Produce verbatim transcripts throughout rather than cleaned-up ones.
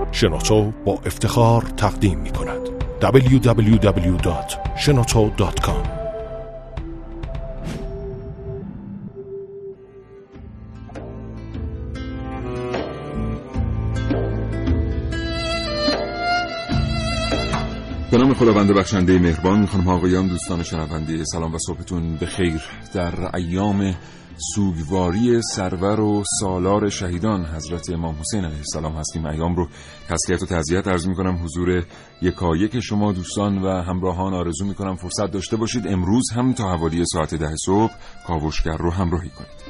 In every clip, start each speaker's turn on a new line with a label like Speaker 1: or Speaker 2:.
Speaker 1: شنوتو با افتخار تقدیم می کند دبلیو دبلیو دبلیو دات شنوتو دات کام.
Speaker 2: به نام خداوند بخشنده مهربان، خانم ها آقایان، دوستان شنونده، سلام و صبحتون بخیر. در ایام سوگواری سرور و سالار شهیدان حضرت امام حسین علیه السلام هستیم. ایام رو تسلیت و تعزیت عرض می‌کنم حضور یکایک شما دوستان و همراهان. آرزو می‌کنم فرصت داشته باشید امروز هم تا حوالی ساعت ده صبح کاوشگر رو همراهی کنید.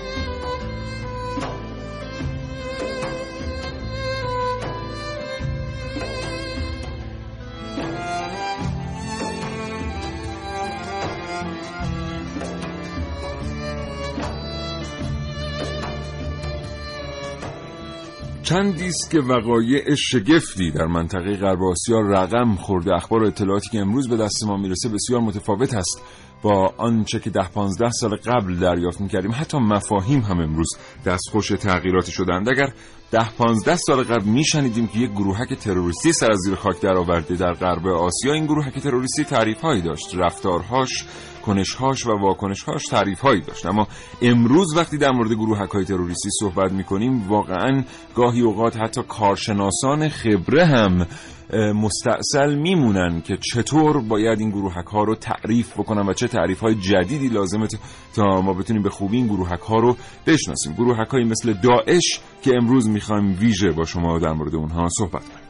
Speaker 2: چندی است که وقایع شگفتی در منطقه غرب آسیا رقم خورده. اخبار و اطلاعاتی که امروز به دست ما میرسه بسیار متفاوت است با آنچه که ده پانزده سال قبل دریافت می‌کردیم. حتی مفاهیم هم امروز دستخوش تغییراتی شدند. اگر ده پانزده سال قبل میشنیدیم که یک گروهک تروریستی سر از زیر خاک درآورده در غرب آسیا، این گروهک تروریستی تعریف‌هایی داشت، رفتارهاش، کنش‌هاش و واکنش‌هاش تعریف‌هایی داشت. اما امروز وقتی در مورد گروهک‌های تروریستی صحبت می‌کنیم، واقعاً گاهی اوقات حتی کارشناسان خبره هم مستعسل میمونن که چطور باید این گروهک‌ها رو تعریف بکنن و چه تعریف‌های جدیدی لازمه تا ما بتونیم به خوبی این گروهک‌ها رو بشناسیم. گروهک‌هایی مثل داعش که امروز می‌خوایم ویژه با شما در مورد اونها صحبت کنیم.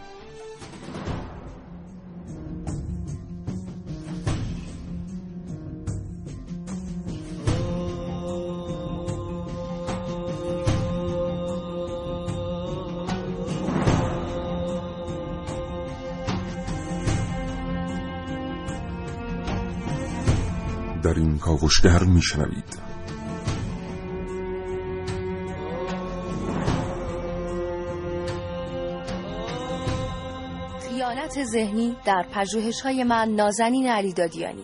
Speaker 2: در این کاوشگر میشنوید
Speaker 3: خیانت ذهنی در پژوهش‌های من، نازنین علیدادیانی.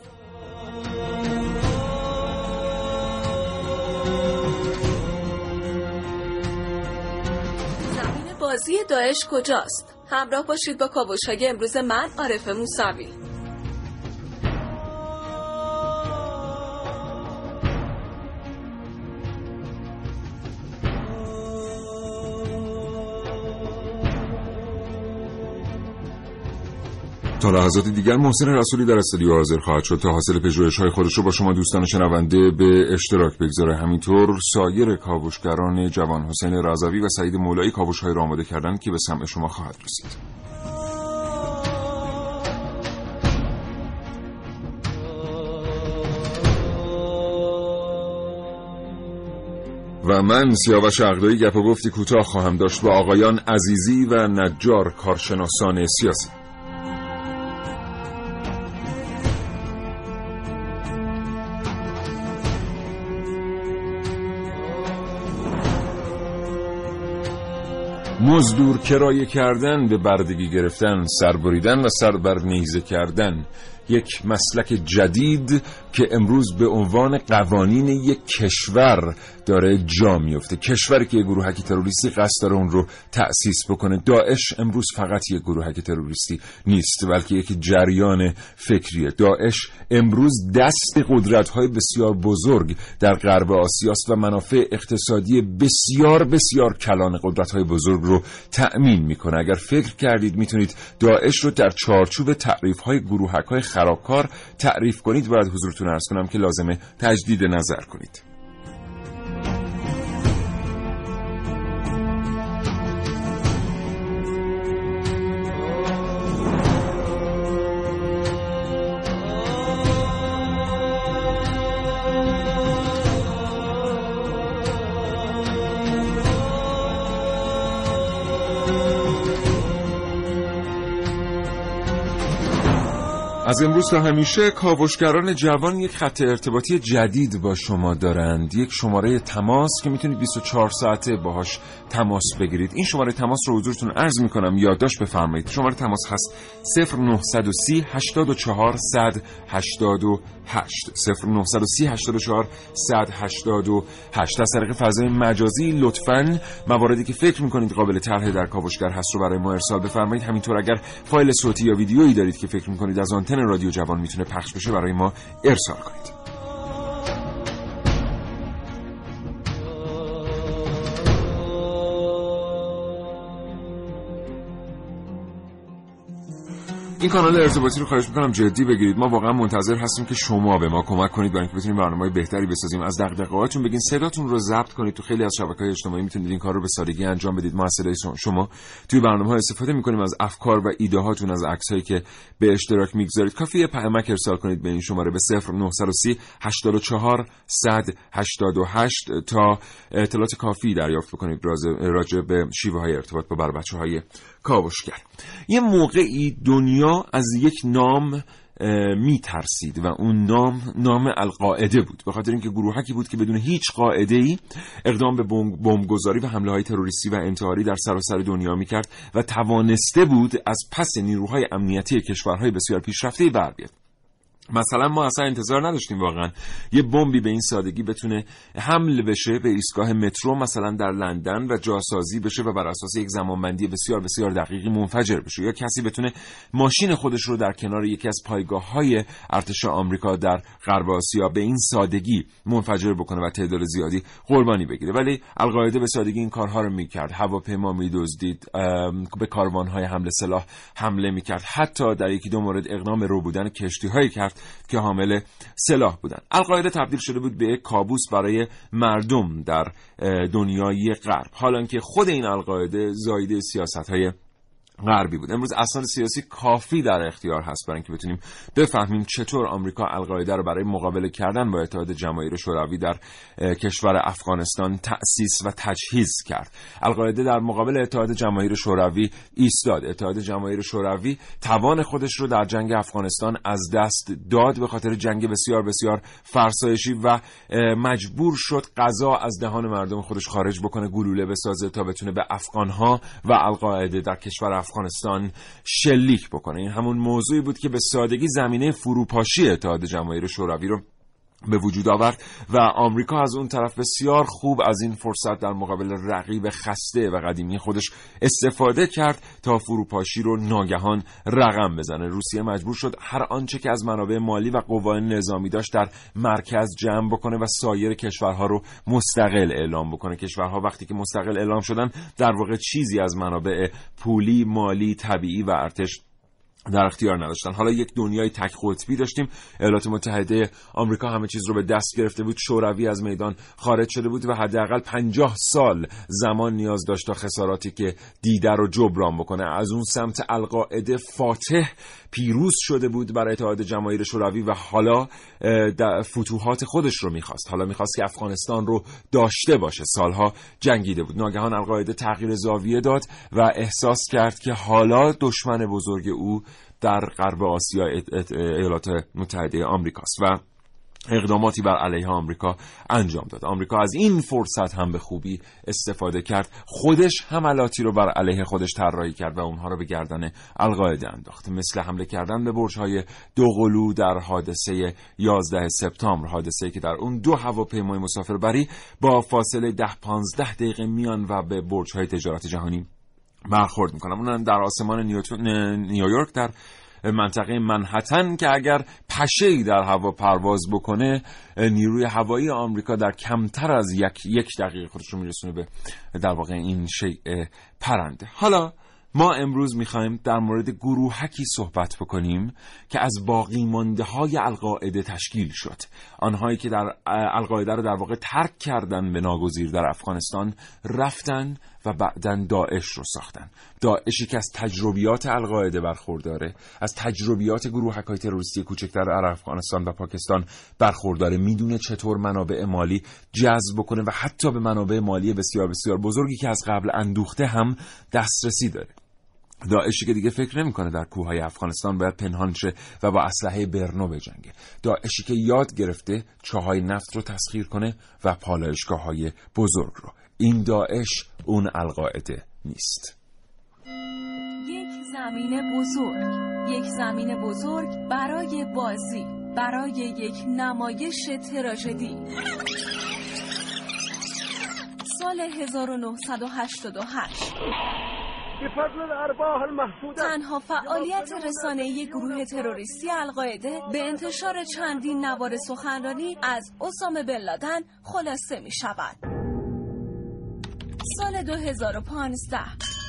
Speaker 4: زمین بازی داعش کجاست؟ همراه باشید با کاوش‌های امروز من، عارف موسوی.
Speaker 2: تا لحظات دیگر محسن رسولی در استودیو حاضر خواهد شد تا حاصل پژوهش‌های خودش رو با شما دوستان شنونده به اشتراک بگذاره. همینطور سایر کاوشگران جوان حسین رضوی و سعید مولایی کاوش‌های را آماده کردند که به سمع شما خواهد رسید. و من سیاوش عقدایی گپ و گفتی کوتاه خواهم داشت با آقایان عزیزی و نجار، کارشناسان سیاسی. مزدور کرایه کردن، به بردگی گرفتن، سربریدن و سر بر نیزه کردن، یک مسلک جدید که امروز به عنوان قوانین یک کشور داره جا میفته. کشوری که یک گروهک تروریستی قصد داره اون رو تأسیس بکنه. داعش امروز فقط یک گروهک تروریستی نیست، بلکه یک جریان فکریه. داعش امروز دست قدرت‌های بسیار بزرگ در غرب آسیاست و منافع اقتصادی بسیار بسیار کلان قدرت‌های بزرگ رو تأمین میکنه. اگر فکر کردید میتونید داعش رو در چارچوب تعریف‌های گروهک‌های خرابکار تعریف کنید، باید حضورتون عرض کنم که لازمه تجدید نظر کنید. از امروز تا همیشه کاوشگران جوان یک خط ارتباطی جدید با شما دارند، یک شماره تماس که میتونید بیست و چهار ساعته باهاش تماس بگیرید. این شماره تماس رو حضورتون عرض میکنم یادداشت بفرمایید. شماره تماس هست صفر نه یک صفر هشتاد و چهار صد هشتاد و هشت صفر نه یک صفر هشتاد و چهار صد هشتاد و هشت. از طریق فضای مجازی لطفاً مواردی که فکر میکنید قابل طرح در کاوشگر هست رو برای ما ارسال بفرمایید. همینطور اگر فایل صوتی یا ویدیویی دارید که فکر میکنید از آنتن رادیو جوان میتونه پخش بشه برای ما ارسال کنید. این کانال ارتباطی رو خواهش میکنم جدی بگیرید. ما واقعا منتظر هستیم که شما به ما کمک کنید برای اینکه بتونیم برنامه‌های بهتری بسازیم. از دغدغه‌هاتون بگین، صداتون رو ضبط کنید. تو خیلی از شبکه‌های اجتماعی میتونید این کار رو به سادگی انجام بدید. ما از صدای شما توی برنامه‌ها استفاده میکنیم، از افکار و ایده هاتون، از عکسایی که به اشتراک میگذارید. کافیه پیامک ارسال کنید به این شماره به صفر نه یک صفر هشتاد و چهار صد هشتاد و هشت تا اطلاعات کافی دریافت بکنید راجع به شیوه‌های ارتباط با بچه‌های کاوشگر. یه موقعی دنیا از یک نام می ترسید و اون نام نام القاعده بود، به خاطر اینکه گروهکی بود که بدون هیچ قاعده‌ای اقدام به بمبگذاری و حمله‌های تروریستی و انتحاری در سراسر دنیا می‌کرد و توانسته بود از پس نیروهای امنیتی کشورهای بسیار پیشرفته بر بیاد. مثلا ما اصلا انتظار نداشتیم واقعا یه بمبی به این سادگی بتونه حمل بشه به ایستگاه مترو مثلا در لندن و جاسازی بشه و بر اساس یک زمانبندی بسیار بسیار دقیقی منفجر بشه، یا کسی بتونه ماشین خودش رو در کنار یکی از پایگاه‌های ارتش آمریکا در غرب آسیا به این سادگی منفجر بکنه و تعداد زیادی قربانی بگیره. ولی القاعده به سادگی این کارها رو میکرد. هواپیما میدزدید، به کاروان‌های حمل سلاح حمله میکرد، حتی در یکی دو مورد اقدام رو بودن کشتی‌هایی کرد که حامل سلاح بودن. القاعده تبدیل شده بود به یک کابوس برای مردم در دنیای غرب، حالا که خود این القاعده زایده سیاست‌های غربی بود. امروز اسناد سیاسی کافی در اختیار هست برای اینکه بتونیم بفهمیم چطور آمریکا القاعده رو برای مقابله کردن با اتحاد جماهیر شوروی در کشور افغانستان تأسیس و تجهیز کرد. القاعده در مقابل اتحاد جماهیر شوروی ایستاد. اتحاد جماهیر شوروی توان خودش رو در جنگ افغانستان از دست داد به خاطر جنگ بسیار بسیار فرسایشی و مجبور شد غذا از دهان مردم خودش خارج بکنه، گلوله بسازه تا بتونه به افغانها و القاعده در کشور افغانستان شلیک بکنه. این همون موضوعی بود که به سادگی زمینه فروپاشی اتحاد جماهیر شوروی رو به وجود آورد و آمریکا از اون طرف بسیار خوب از این فرصت در مقابل رقیب خسته و قدیمی خودش استفاده کرد تا فروپاشی رو ناگهان رقم بزنه. روسیه مجبور شد هر آنچه که از منابع مالی و قوای نظامی داشت در مرکز جمع بکنه و سایر کشورها رو مستقل اعلام بکنه. کشورها وقتی که مستقل اعلام شدن در واقع چیزی از منابع پولی، مالی، طبیعی و ارتش در اختیار نداشتن. حالا یک دنیای تک قطبی داشتیم. ایالات متحده آمریکا همه چیز رو به دست گرفته بود، شوروی از میدان خارج شده بود و حداقل پنجاه سال زمان نیاز داشت تا خساراتی که دیده رو جبران بکنه. از اون سمت القاعده فاتح پیروز شده بود بر اتحاد جماهیر شوروی و حالا فتوحات خودش رو میخواست. حالا میخواست که افغانستان رو داشته باشه. سالها جنگیده بود. ناگهان القاعده تغییر زاویه داد و احساس کرد که حالا دشمن بزرگ او در غرب آسیا ایالات متحده آمریکاست و اقداماتی بر علیه آمریکا انجام داد. آمریکا از این فرصت هم به خوبی استفاده کرد. خودش حملاتی رو بر علیه خودش طراحی کرد و اونها رو به گردن القاعده انداخت، مثل حمله کردن به برج‌های دوقلو در حادثه یازده سپتامبر، حادثه‌ای که در اون دو هواپیمای مسافربری با فاصله ده پانزده دقیقه میان و به برج‌های تجارت جهانی برخورد میکنن. اونم در آسمان نیویورک در منطقه منهتن که اگر پشه‌ای در هوا پرواز بکنه نیروی هوایی آمریکا در کمتر از یک یک دقیقه خودش رو میرسونه به در واقع این شیء پرنده. حالا ما امروز میخوایم در مورد گروهکی صحبت بکنیم که از باقی مانده های القاعده تشکیل شد. آنهایی که در القاعده رو در واقع ترک کردن به ناگزیر در افغانستان، رفتن و بعدن داعش رو ساختن. داعشی که از تجربیات القاعده برخورداره، از تجربیات گروهک‌های تروریستی کوچکتر در افغانستان و پاکستان برخورداره، میدونه چطور منابع مالی جذب کنه و حتی به منابع مالی بسیار بسیار بزرگی که از قبل اندوخته هم دسترسی داره. داعشی که دیگه فکر نمی‌کنه در کوههای افغانستان باید پنهان شه و با اسلحه برنو بجنگه. داعشی که یاد گرفته چاهای نفت رو تسخیر کنه و پالایشگاه‌های بزرگ رو. این داعش اون القاعده نیست.
Speaker 4: یک زمین بزرگ، یک زمین بزرگ برای بازی، برای یک نمایش تراژدی. سال هزار و نهصد و هشتاد و هشت تنها فعالیت رسانه‌ای گروه تروریستی القاعده به انتشار چندین نوار سخنرانی از اسامه بن لادن خلاصه می شود. سال دو هزار و پانزده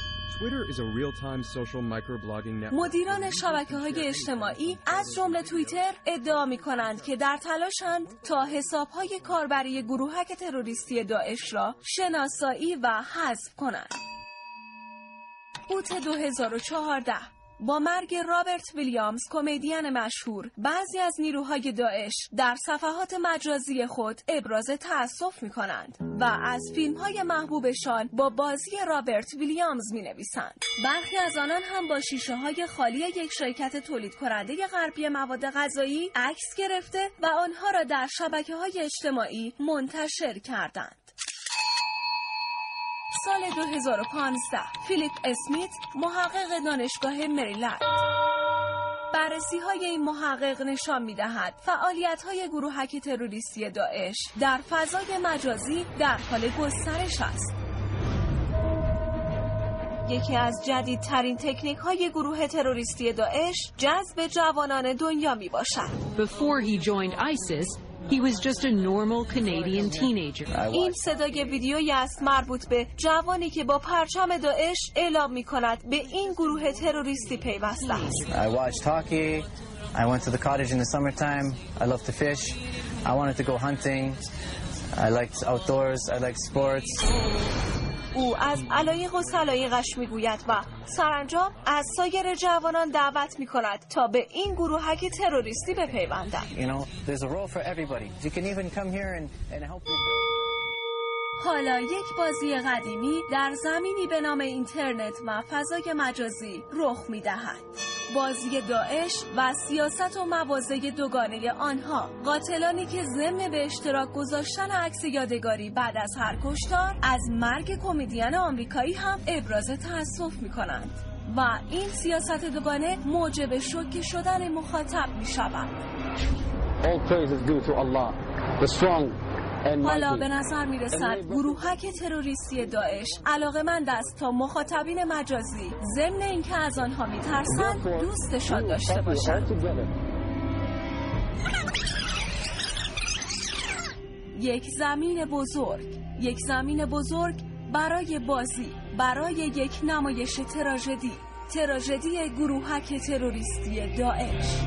Speaker 4: مدیران شبکه‌های اجتماعی از جمله توییتر ادعا می‌کنند که در تلاشند تا حساب‌های کاربری گروهک تروریستی داعش را شناسایی و حذف کنند. اوت دو هزار و چهارده با مرگ رابرت ویلیامز کمدین مشهور، بعضی از نیروهای داعش در صفحات مجازی خود ابراز تأسف می‌کنند و از فیلم‌های محبوبشان با بازی رابرت ویلیامز می‌نویسند. برخی از آنان هم با شیشه‌های خالی یک شرکت تولید کننده غربی مواد غذایی عکس گرفته و آنها را در شبکه‌های اجتماعی منتشر کردند. سال دو هزار و پانزده فیلیپ اسمیت، محقق دانشگاه مریلند. بررسی‌های این محقق نشان می‌دهد فعالیت‌های گروهک تروریستی داعش در فضای مجازی در حال گسترش است. یکی از جدیدترین تکنیک‌های گروه تروریستی داعش جذب جوانان دنیا می‌باشد.
Speaker 5: Before he joined ISIS, he was just a normal Canadian teenager.
Speaker 4: این صدای ویدیویی است مربوط به جوانی که با پرچم داعش اعلام می‌کند به این گروه تروریستی پیوسته است.
Speaker 6: I watched hockey. I went to the cottage in the summertime. I love to fish. I wanted to go hunting. I liked outdoors. I liked sports.
Speaker 4: او از علایق و سلایقش میگوید و سرانجام از سایر جوانان دعوت میکند تا به این گروهک تروریستی بپیوندند.
Speaker 6: You know, there's a role for everybody. You can even come here and and help me.
Speaker 4: حالا یک بازی قدیمی در زمینی به نام اینترنت و فضای مجازی رخ میدهد. بازی داعش و سیاست و مواضع دوگانه آنها، قاتلانی که ضمن به اشتراک گذاشتن عکس یادگاری بعد از هر کشتار از مرگ کمدین آمریکایی هم ابراز تأسف می‌کنند و این سیاست دوگانه موجب شوکه شدن مخاطب می‌شود.
Speaker 7: All praise is due to Allah, the strong.
Speaker 4: حالا به نظر می رسد گروهک تروریستی داعش علاقه‌مند است تا مخاطبین مجازی ضمن اینکه از آنها می ترسند دوستشان داشته باشند. یک زمین بزرگ، یک زمین بزرگ برای بازی، برای یک نمایش تراژدی، تراژدی گروهک تروریستی داعش.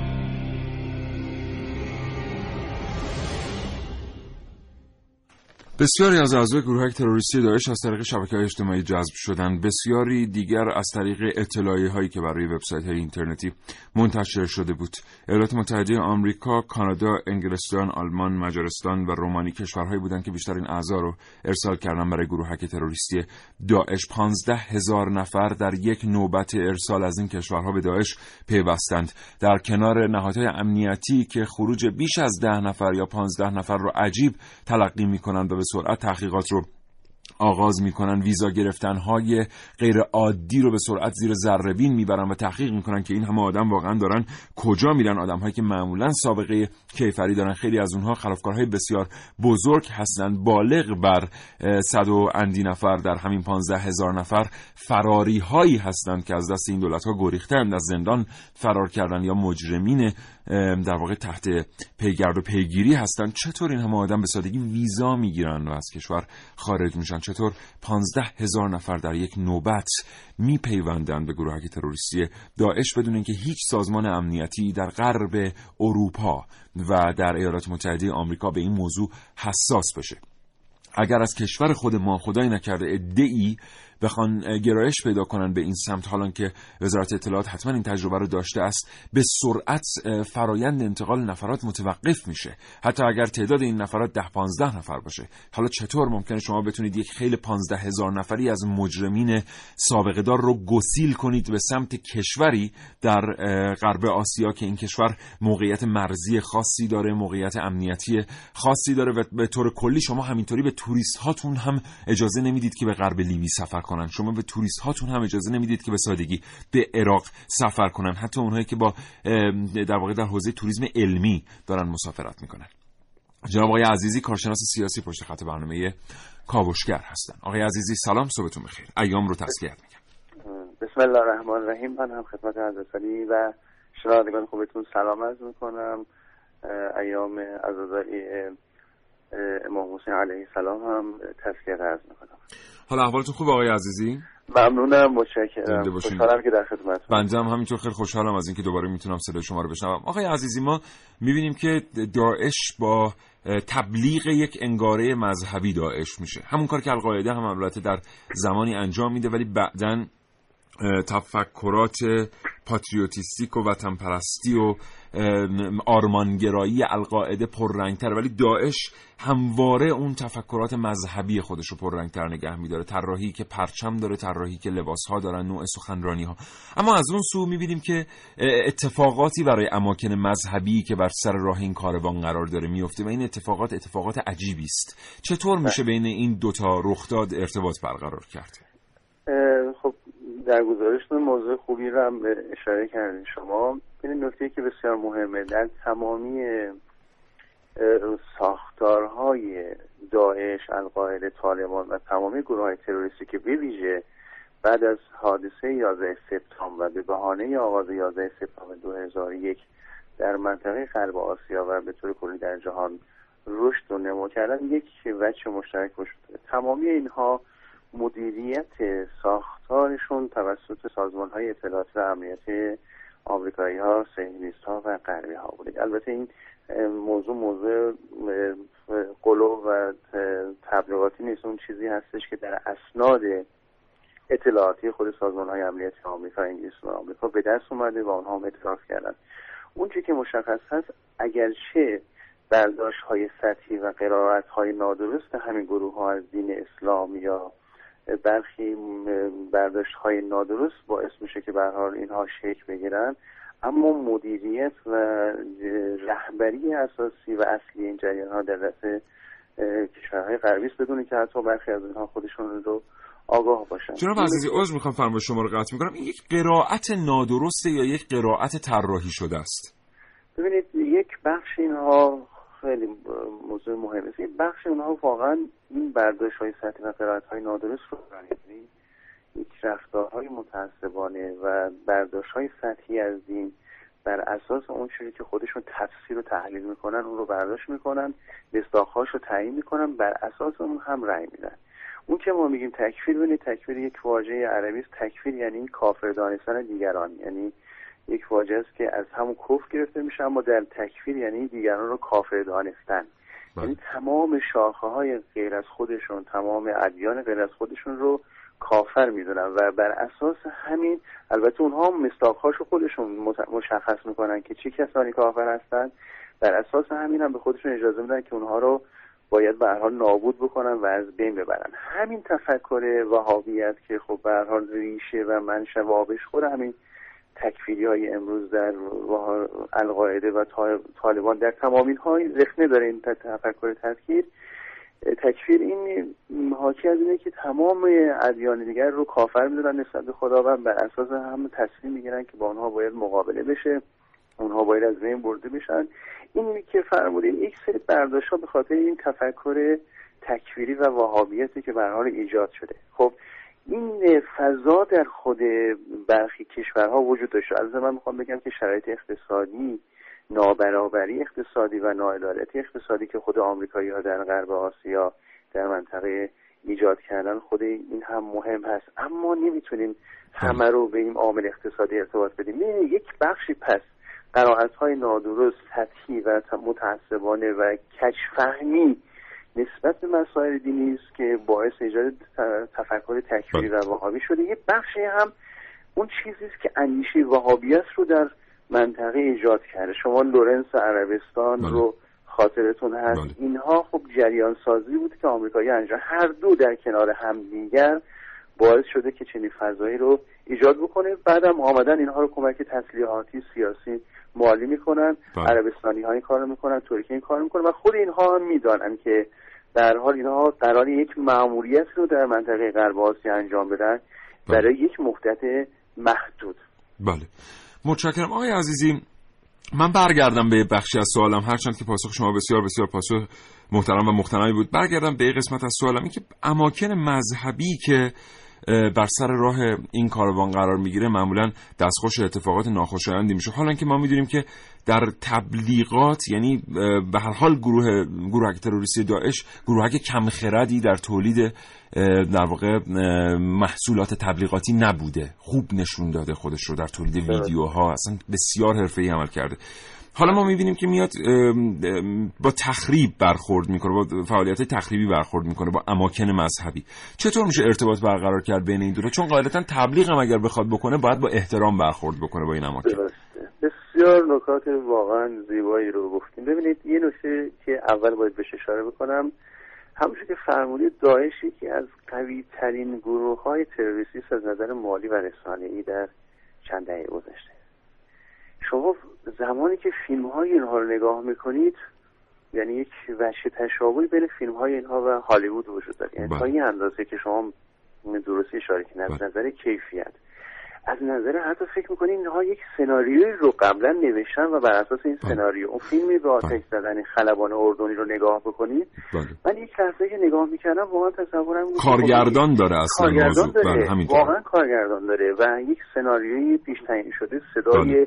Speaker 2: بسیاری از اعضای گروهک تروریستی داعش از طریق شبکه‌های اجتماعی جذب شدند. بسیاری دیگر از طریق اطلاعیه‌هایی که برای وبسایت‌های اینترنتی منتشر شده بود. ایالات متحده آمریکا، کانادا، انگلستان، آلمان، مجارستان و رومانی کشورهایی بودند که بیشترین اعضا رو ارسال کردن برای گروهک تروریستی داعش. پانزده هزار نفر در یک نوبت ارسال از این کشورها به داعش پیوستند. در کنار نهادهای امنیتی که خروج بیش از ده نفر یا پانزده نفر رو عجیب تلقی می‌کنند و به سرعت تحقیقات رو آغاز میکنن، ویزا گرفتنهای غیر عادی رو به سرعت زیر ذره‌بین میبرن و تحقیق میکنن که این همه آدم واقعا دارن کجا میرن. آدم‌هایی که معمولا سابقه کیفری دارن، خیلی از اونها خلافکارهای بسیار بزرگ هستند، بالغ بر صد و اندی نفر. در همین پانزده هزار نفر فراری هایی هستند که از دست این دولت ها گریختند، از زندان فرار کردن یا مجرمین در واقع تحت پیگرد و پیگیری هستند. چطور این همه آدم به سادگی ویزا میگیرن و از کشور خارج میشن؟ چطور پانزده هزار نفر در یک نوبت میپیوندند به گروهک تروریستی داعش بدون اینکه هیچ سازمان امنیتی در غرب اروپا و در ایالات متحده آمریکا به این موضوع حساس بشه؟ اگر از کشور خود ما خدای نکرده عده‌ای بخوان گرایش پیدا کنن به این سمت، حالا که وزارت اطلاعات حتما این تجربه رو داشته است، به سرعت فرایند انتقال نفرات متوقف میشه، حتی اگر تعداد این نفرات ده پانزده نفر باشه. حالا چطور ممکنه شما بتونید یک خیل پانزده هزار نفری از مجرمین سابقه دار رو گسیل کنید به سمت کشوری در غرب آسیا که این کشور موقعیت مرزی خاصی داره، موقعیت امنیتی خاصی داره و به طور کلی شما همینطوری به توریست هاتون هم اجازه نمیدید که به غرب لیبی سفر کنن، شما به توریست هاتون هم اجازه نمیدید که به سادگی به عراق سفر کنن، حتی اونهایی که با در واقع در حوزه توریسم علمی دارن مسافرت میکنن. جناب آقای عزیزی کارشناس سیاسی پشت خط برنامه کاوشگر هستن. آقای عزیزی سلام، صبحتون بخیر. ایام رو تسلیت میگم.
Speaker 8: بسم الله الرحمن الرحیم. من هم خدمت حضرت علی و شنوندگان خوبتون سلام عرض میکنم. ایام عزاداری امام حسین علیه السلام هم تسلیت عرض میکنم.
Speaker 2: حالا احوالتون خوبه آقای عزیزی؟
Speaker 8: ممنونم، متشکرم. خوشحالم که در خدمتتونم.
Speaker 2: بنده هم همینطور خیلی خوشحالم از اینکه دوباره میتونم صدای شما رو بشنوم. آقای عزیزی، ما میبینیم که داعش با تبلیغ یک انگاره مذهبی داعش میشه، همون کار که القاعده هم البته در زمانی انجام میده، ولی بعداً تفکرات پاتریوتیستیک و وطن پرستی و آرمانگرایی القاعده پررنگتر، ولی داعش همواره اون تفکرات مذهبی خودش رو پررنگتر نگه میداره، طراحی که پرچم داره، طراحی که لباسها دارن، نوع سخنرانی ها. اما از اون سو میبینیم که اتفاقاتی برای اماکن مذهبی که بر سر راه این کاروان قرار داره میفته و این اتفاقات اتفاقات عجیبی است. چطور میشه بین این دوتا رخداد ارتباط برقرار کرد؟
Speaker 8: خب در گزارشتون موضوع خوبی رو هم اشاره کردین شما. این نکته که بسیار مهمه، در تمامی ساختارهای داعش، القاعده، طالبان و تمامی گروه‌های تروریستی که به ویژه بعد از حادثه یازده سپتامبر و به بهانه آغاز یازده سپتامبر دو هزار و یک در منطقه غرب آسیا و به طور کلی در جهان رشد و نمو کردن، یک وجه مشترک وجود داره. تمامی اینها مدیریت ساختارشون توسط سازمان‌های اطلاعاتی و امنیتی آمریکایی‌ها، صهیونیست‌ها و غربی‌ها بوده. البته این موضوع موضوع قلو و تبلیغاتی نیست، اون چیزی هستش که در اسناد اطلاعاتی خود سازمان‌های امنیتی آمریکا، انگلیس و آمریکا به دست اومده و اونها هم اعتراف کردن. اون چیزی که مشخص هست، اگرچه برداشت‌های سطحی و قرائت‌های نادرست همین گروه‌ها از دین اسلام یا برخی برداشت‌های نادرست باعث میشه که به هر حال اینها شکل بگیرن، اما مدیریت و رهبری اساسی و اصلی این جریان‌ها در دست کشورهای غربی است، بدون که حتی برخی از اینها خودشون رو آگاه باشن.
Speaker 2: جناب عزیزی عذر میخوام فرمایش شما رو قطع میکنم، این یک قرائت نادرسته یا یک قرائت طراحی شده است؟
Speaker 8: ببینید، یک بخش اینها خیلی موضوع مهمه. این بخش اونها واقعا این برداشت‌های سطحی و قرائت‌های نادرست رو دارن، یعنی یک رفتارهای متعصبانه و برداشت‌های سطحی از دین بر اساس اون چیزی که خودشون تفسیر و تحلیل میکنن اون رو برداشت میکنن، مصداق‌هاش رو تعیین میکنن، بر اساس اون هم رأی میدن. اون که ما میگیم تکفیر، ببینید تکفیر یک واژه عربی است. تکفیر یعنی کافر دانستن دیگران، یعنی یک واژه است که از همون کفر گرفته میشه، اما در تکفیر یعنی دیگران رو کافر دانستن. یعنی تمام شاخه‌های غیر از خودشون، تمام ادیان غیر از خودشون رو کافر میدونن و بر اساس همین البته اونها هم مصداق‌هاشو خودشون مشخص میکنن که چه کسانی کافر هستن، بر اساس همین هم به خودشون اجازه میدن که اونها رو باید به هر حال نابود بکنن و از بین ببرن. همین تفکر وهابیت که خب به هر حال ریشه و منشأ و آبشخور همین تکفیری های امروز در القاعده و طالبان در تمام اینها رخنه داره. این تفکر تکفیر تکفیر این حاکی از اینه که تمام ادیان دیگر رو کافر میدونن نسبت به خداوند، بر اساس هم تصمیم میگیرن که با اونها باید مقابله بشه، اونها باید از بین برده بشن. این که فرمودین یک سری برداشت‌ها به خاطر این تفکر تکفیری و وهابیتی که به هر حال ایجاد شده. خب این فضا در خود برخی کشورها وجود داشته. البته من میخوام بگم که شرایط اقتصادی، نابرابری اقتصادی و ناعدالتی اقتصادی که خود آمریکایی‌ها در غرب آسیا در منطقه ایجاد کردن، خود این هم مهم هست، اما نمیتونیم همه رو به این عامل اقتصادی ارتباط بدیم. یک بخشی پس قرائت‌های نادرست، سطحی و متعصبانه و کج‌فهمی نسبت به مسائل دینی است که باعث ایجاد تفکر تکفیری و وهابی شده. یه بخشی هم اون چیزی است که اندیشه وهابیت رو در منطقه ایجاد کرده. شما لورنس عربستان بله. رو خاطرتون هست بله. اینها خب جریان سازی بود که آمریکایی انجام، هر دو در کنار همدیگر باعث شده که چنین فضایی رو ایجاد بکنه. بعدم آمدن اینها رو کمک تسلیحاتی سیاسی مالی میکنن، عربستانی ها این کار رو میکنن، ترکیه این کار رو میکنن و خود اینها هم میدانن که در حال اینها قرار یک مأموریت رو در منطقه غرب آسیا انجام بدن برای بله. یک مدت محدود.
Speaker 2: بله متشکرم آقای عزیزی. من برگردم به بخشی از سوالم، هرچند که پاسخ شما بسیار بسیار پاسخ محترم و مقتنعی بود. برگردم به قسمت از سوالم، این که اماکن مذهبی که بر سر راه این کاروان قرار میگیره معمولا دستخوش اتفاقات ناخوشایندی میشه، حالا که ما میدونیم که در تبلیغات، یعنی به هر حال گروه گروهک تروریستی داعش گروهک کم خردی در تولید در واقع محصولات تبلیغاتی نبوده، خوب نشون داده خودش رو در تولید ویدیوها، اصلا بسیار حرفه‌ای عمل کرده. حالا ما میبینیم که میاد با تخریب برخورد میکنه، با فعالیت تخریبی برخورد میکنه با اماکن مذهبی. چطور میشه ارتباط برقرار کرد بین این دو تا؟ چون غالبا تبلیغ هم اگر بخواد بکنه باید با احترام برخورد بکنه با این اماکن.
Speaker 8: بسیار نکات واقعا زیبایی رو گفتیم. ببینید یه نکته که اول باید بهش اشاره بکنم، همونجوری که فرمودید داعشی که از قوی ترین گروه های تروریستی از نظر مالی و رسانه‌ای در چند دهه گذشته. شما زمانی که فیلم های اینها رو نگاه میکنید، یعنی یک وجه تشابهی بین فیلم های اینها و هالیوود وجود داره، یعنی تا این اندازه که شما درستی اشاره کردید از نظر کیفیت، از نظر حتی فکر میکنید اینها یک سناریویی رو قبلا نوشتن و بر اساس این سناریو اون فیلمی به آتش زدن خلبان اردنی رو نگاه بکنید. من یک لحظه که نگاه میکردم واقعا تصورم بود
Speaker 2: کارگردان داره اصلا موضوع،
Speaker 8: داره. واقعا کارگردان داره و یک سناریویی پیش تعیین شده، صدای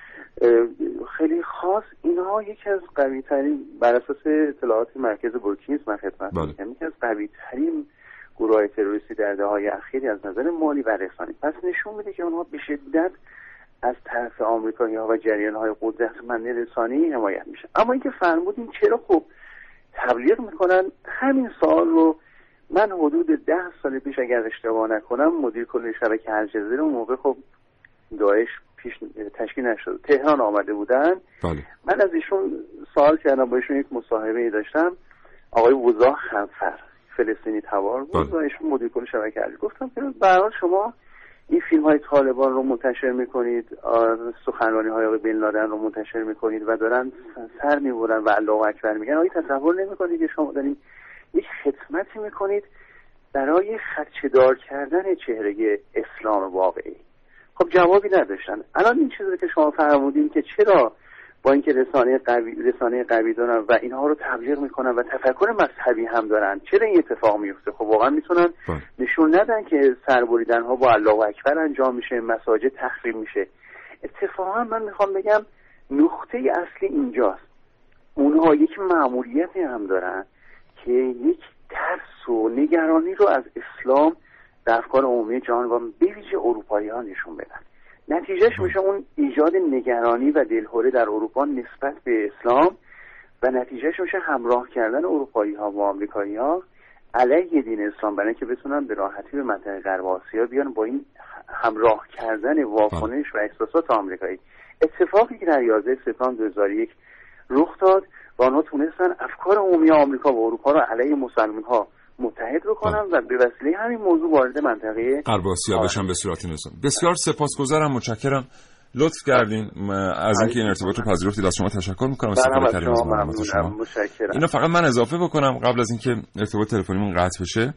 Speaker 8: خیلی خاص. اینها یکی از قوی ترین، بر اساس اطلاعات مرکز بروکینز من خدمت میگم، یکی از قوی ترین گروه تروریستی در دهه‌های اخیر از نظر مالی و رسانه‌ای. پس نشون میده که اونها به شدت از طرف آمریکایی‌ها و جریان‌های قدرتمند رسانه‌ای حمایت میشه. اما اینکه فرمودین چرا خب تبلیغ میکنن، همین سوال رو من حدود ده سال پیش اگر اشتباه نکنم مدیر کل شبکه الجزیره اون موقع خب داعش پیش تشکیل نشد، تهران آمده بودن.
Speaker 2: بله. من
Speaker 8: از ایشون سوال کردم، با ایشون یک مصاحبه داشتم، آقای وزا خنفر فلسطینی تبار بود و ایشون مدیر کل شبکه الجزیره. گفتم که به هر حال شما این فیلم های طالبان رو منتشر میکنید، سخنرانی های آقای بن لادن رو منتشر میکنید و دارن سر میبرن و الله اکبر میگن، آیا تصور نمیکنید که شما دارین یک خدمتی میکنید برای خدشه‌دار کردن چهره اسلام واقعی؟ خب جوابی نداشتن. الان این چیزی که شما فرمودین که چرا با اینکه رسانه قوی رسانه قوی دارن و اینها رو تبلیغ میکنن و تفکر مذهبی هم دارن، چرا این اتفاق میفته؟ خب واقعا میتونن نشون ندن که سربریدن ها با الله اکبر انجام میشه، مساجد تخریب میشه. اتفاقا من میخوام بگم نقطه اصلی اینجاست. اونها یک مأموریتی هم دارن که یک ترس و نگرانی رو از اسلام در افکار عمومی جهان و به ویژه اروپایی‌ها نشون بدن. نتیجهش میشه اون ایجاد نگرانی و دلهره در اروپا نسبت به اسلام و نتیجهش میشه همراه کردن اروپایی‌ها و آمریکایی‌ها علیه دین اسلام، برای اینکه بتونن به راحتی به منطقه غرب آسیا بیان با این همراه کردن واکنش و احساسات آمریکایی. اتفاقی که در یازده سپتامبر دو هزار و یک رخ داد و آنها تونستن افکار عمومی آمریکا و اروپا را علیه مسلمان‌ها متحد بکنن و به وسیله همین موضوع وارد منطقه
Speaker 2: غرب آسیا بشن به صورت نظامی. بسیار سپاسگزارم، متشکرم، لطف کردین از اینکه این ارتباط رو پذیرفتید. از شما تشکر می‌کنم. استفاده کردید از معلومات شما.
Speaker 8: متشکرم.
Speaker 2: اینو فقط من اضافه بکنم قبل از اینکه ارتباط تلفنیمون قطع بشه،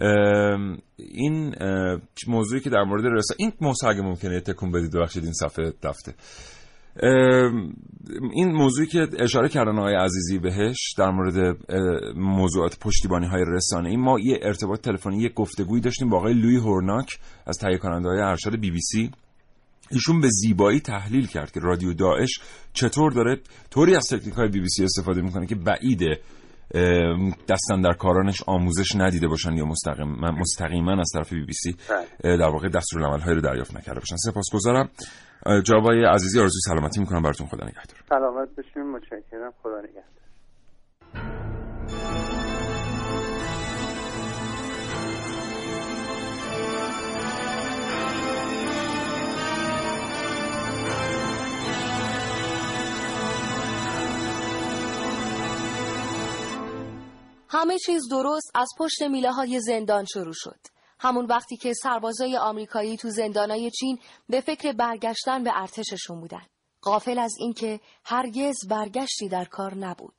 Speaker 2: این موضوعی که در مورد رسانه، این موضوع اگه ممکنه تکون بدید ببخشید این صفحه رفته، این موضوعی که اشاره کردن آقای عزیزی بهش در مورد موضوعات پشتیبانی‌های رسانه‌ای، ما یه ارتباط تلفنی، یه گفتگویی داشتیم با آقای لوی هورناک از تهیه کننده‌های ارشد بی بی سی. ایشون به زیبایی تحلیل کرد که رادیو داعش چطور داره طوری از تکنیک‌های بی بی سی استفاده می‌کنه که بعیده دستن در کارانش آموزش ندیده باشن یا مستقیما مستقیما از طرف بی بی سی در واقع دستورالعمل‌هایی رو دریافت نکرده باشن. سپاسگزارم. جناب آقای عزیزی آرزوی سلامتی می‌کنم براتون. خدا نگهدار.
Speaker 8: سلامت باشین. متشکرم. خدا نگهدار.
Speaker 3: همه چیز درست از پشت میله های زندان شروع شد. همون وقتی که سربازای آمریکایی تو زندانای چین به فکر برگشتن به ارتششون بودن. غافل از اینکه هرگز برگشتی در کار نبود.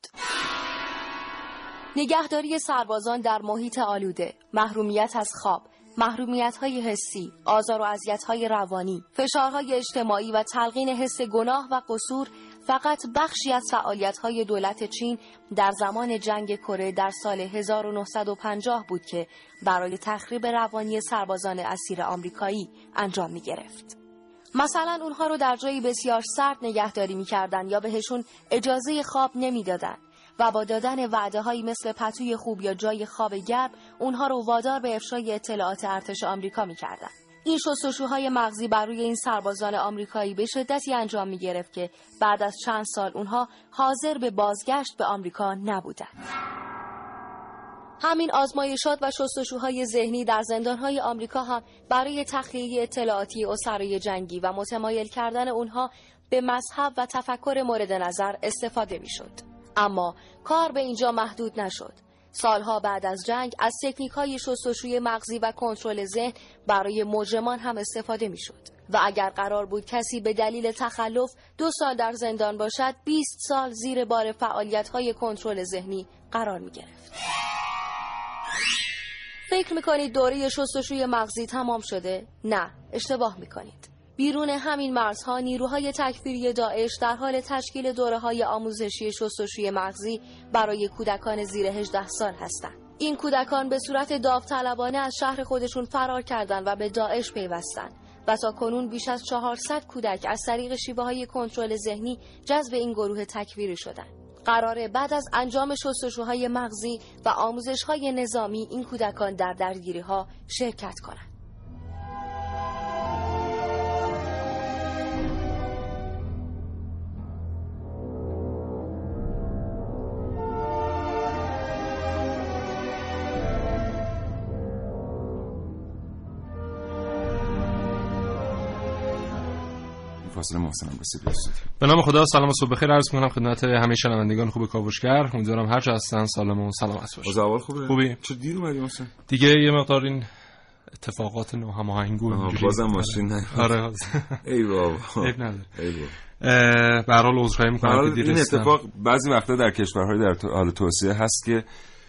Speaker 3: نگهداری سربازان در محیط آلوده، محرومیت از خواب، محرومیت‌های حسی، آزار و اذیت‌های روانی، فشارهای اجتماعی و تلقین حس گناه و قصور فقط بخشی از فعالیت‌های دولت چین در زمان جنگ کره در سال هزار و نهصد و پنجاه بود که برای تخریب روانی سربازان اسیر آمریکایی انجام می‌گرفت. مثلا اونها رو در جایی بسیار سرد نگهداری می‌کردن یا بهشون اجازه خواب نمی‌دادن و با دادن وعده‌هایی مثل پتوی خوب یا جای خواب گرم اونها رو وادار به افشای اطلاعات ارتش آمریکا می‌کردن. این شستشوهای مغزی بر روی این سربازان آمریکایی به شدتی انجام می‌گرفت که بعد از چند سال اونها حاضر به بازگشت به آمریکا نبودند. همین آزمایشات و شستشوهای ذهنی در زندان‌های آمریکا هم برای تخلیه اطلاعاتی اسرای جنگی و متمایل کردن اونها به مذهب و تفکر مورد نظر استفاده می‌شد. اما کار به اینجا محدود نشد. سالها بعد از جنگ از تکنیک‌های شستشوی مغزی و کنترل ذهن برای مجرمان هم استفاده می‌شد و اگر قرار بود کسی به دلیل تخلف دو سال در زندان باشد، بیست سال زیر بار فعالیت‌های کنترل ذهنی قرار می‌گرفت. فکر می‌کنید دوره شستشوی مغزی تمام شده؟ نه، اشتباه می‌کنید. بیرون همین مرزها نیروهای تکفیری داعش در حال تشکیل دوره‌های آموزشی شستشوی مغزی برای کودکان زیر هجده سال هستند. این کودکان به صورت داوطلبانه از شهر خودشون فرار کردند و به داعش پیوستند و تا کنون بیش از چهارصد کودک از طریق شیوه‌های کنترل ذهنی جذب این گروه تکفیری شدند. قراره بعد از انجام شستشوهای مغزی و آموزش‌های نظامی این کودکان در درگیری‌ها شرکت کنند.
Speaker 2: فاصله محسنم رسید.
Speaker 9: به نام خدا، سلام و صبح بخیر عرض می‌کنم خدمت همه شنوندگان خوب کاوشگر. امیدوارم هر جا هستن سالم و سلامت باشن.
Speaker 2: اوضاع خوبه؟
Speaker 9: خوبی؟
Speaker 2: چه دیر اومدی مثلا؟
Speaker 9: دیگه یه مقدار این اتفاقات ناهماهنگو اینجوری.
Speaker 2: بازم ماشین نه.
Speaker 9: آره.
Speaker 2: ای بابا.
Speaker 9: عیب نداره.
Speaker 2: ای بابا.
Speaker 9: به هر حال عذرخواهی می‌کنم که دیر رسیدم.
Speaker 2: این اتفاق بعضی وقتا در کشورهای در حال توسعه هست که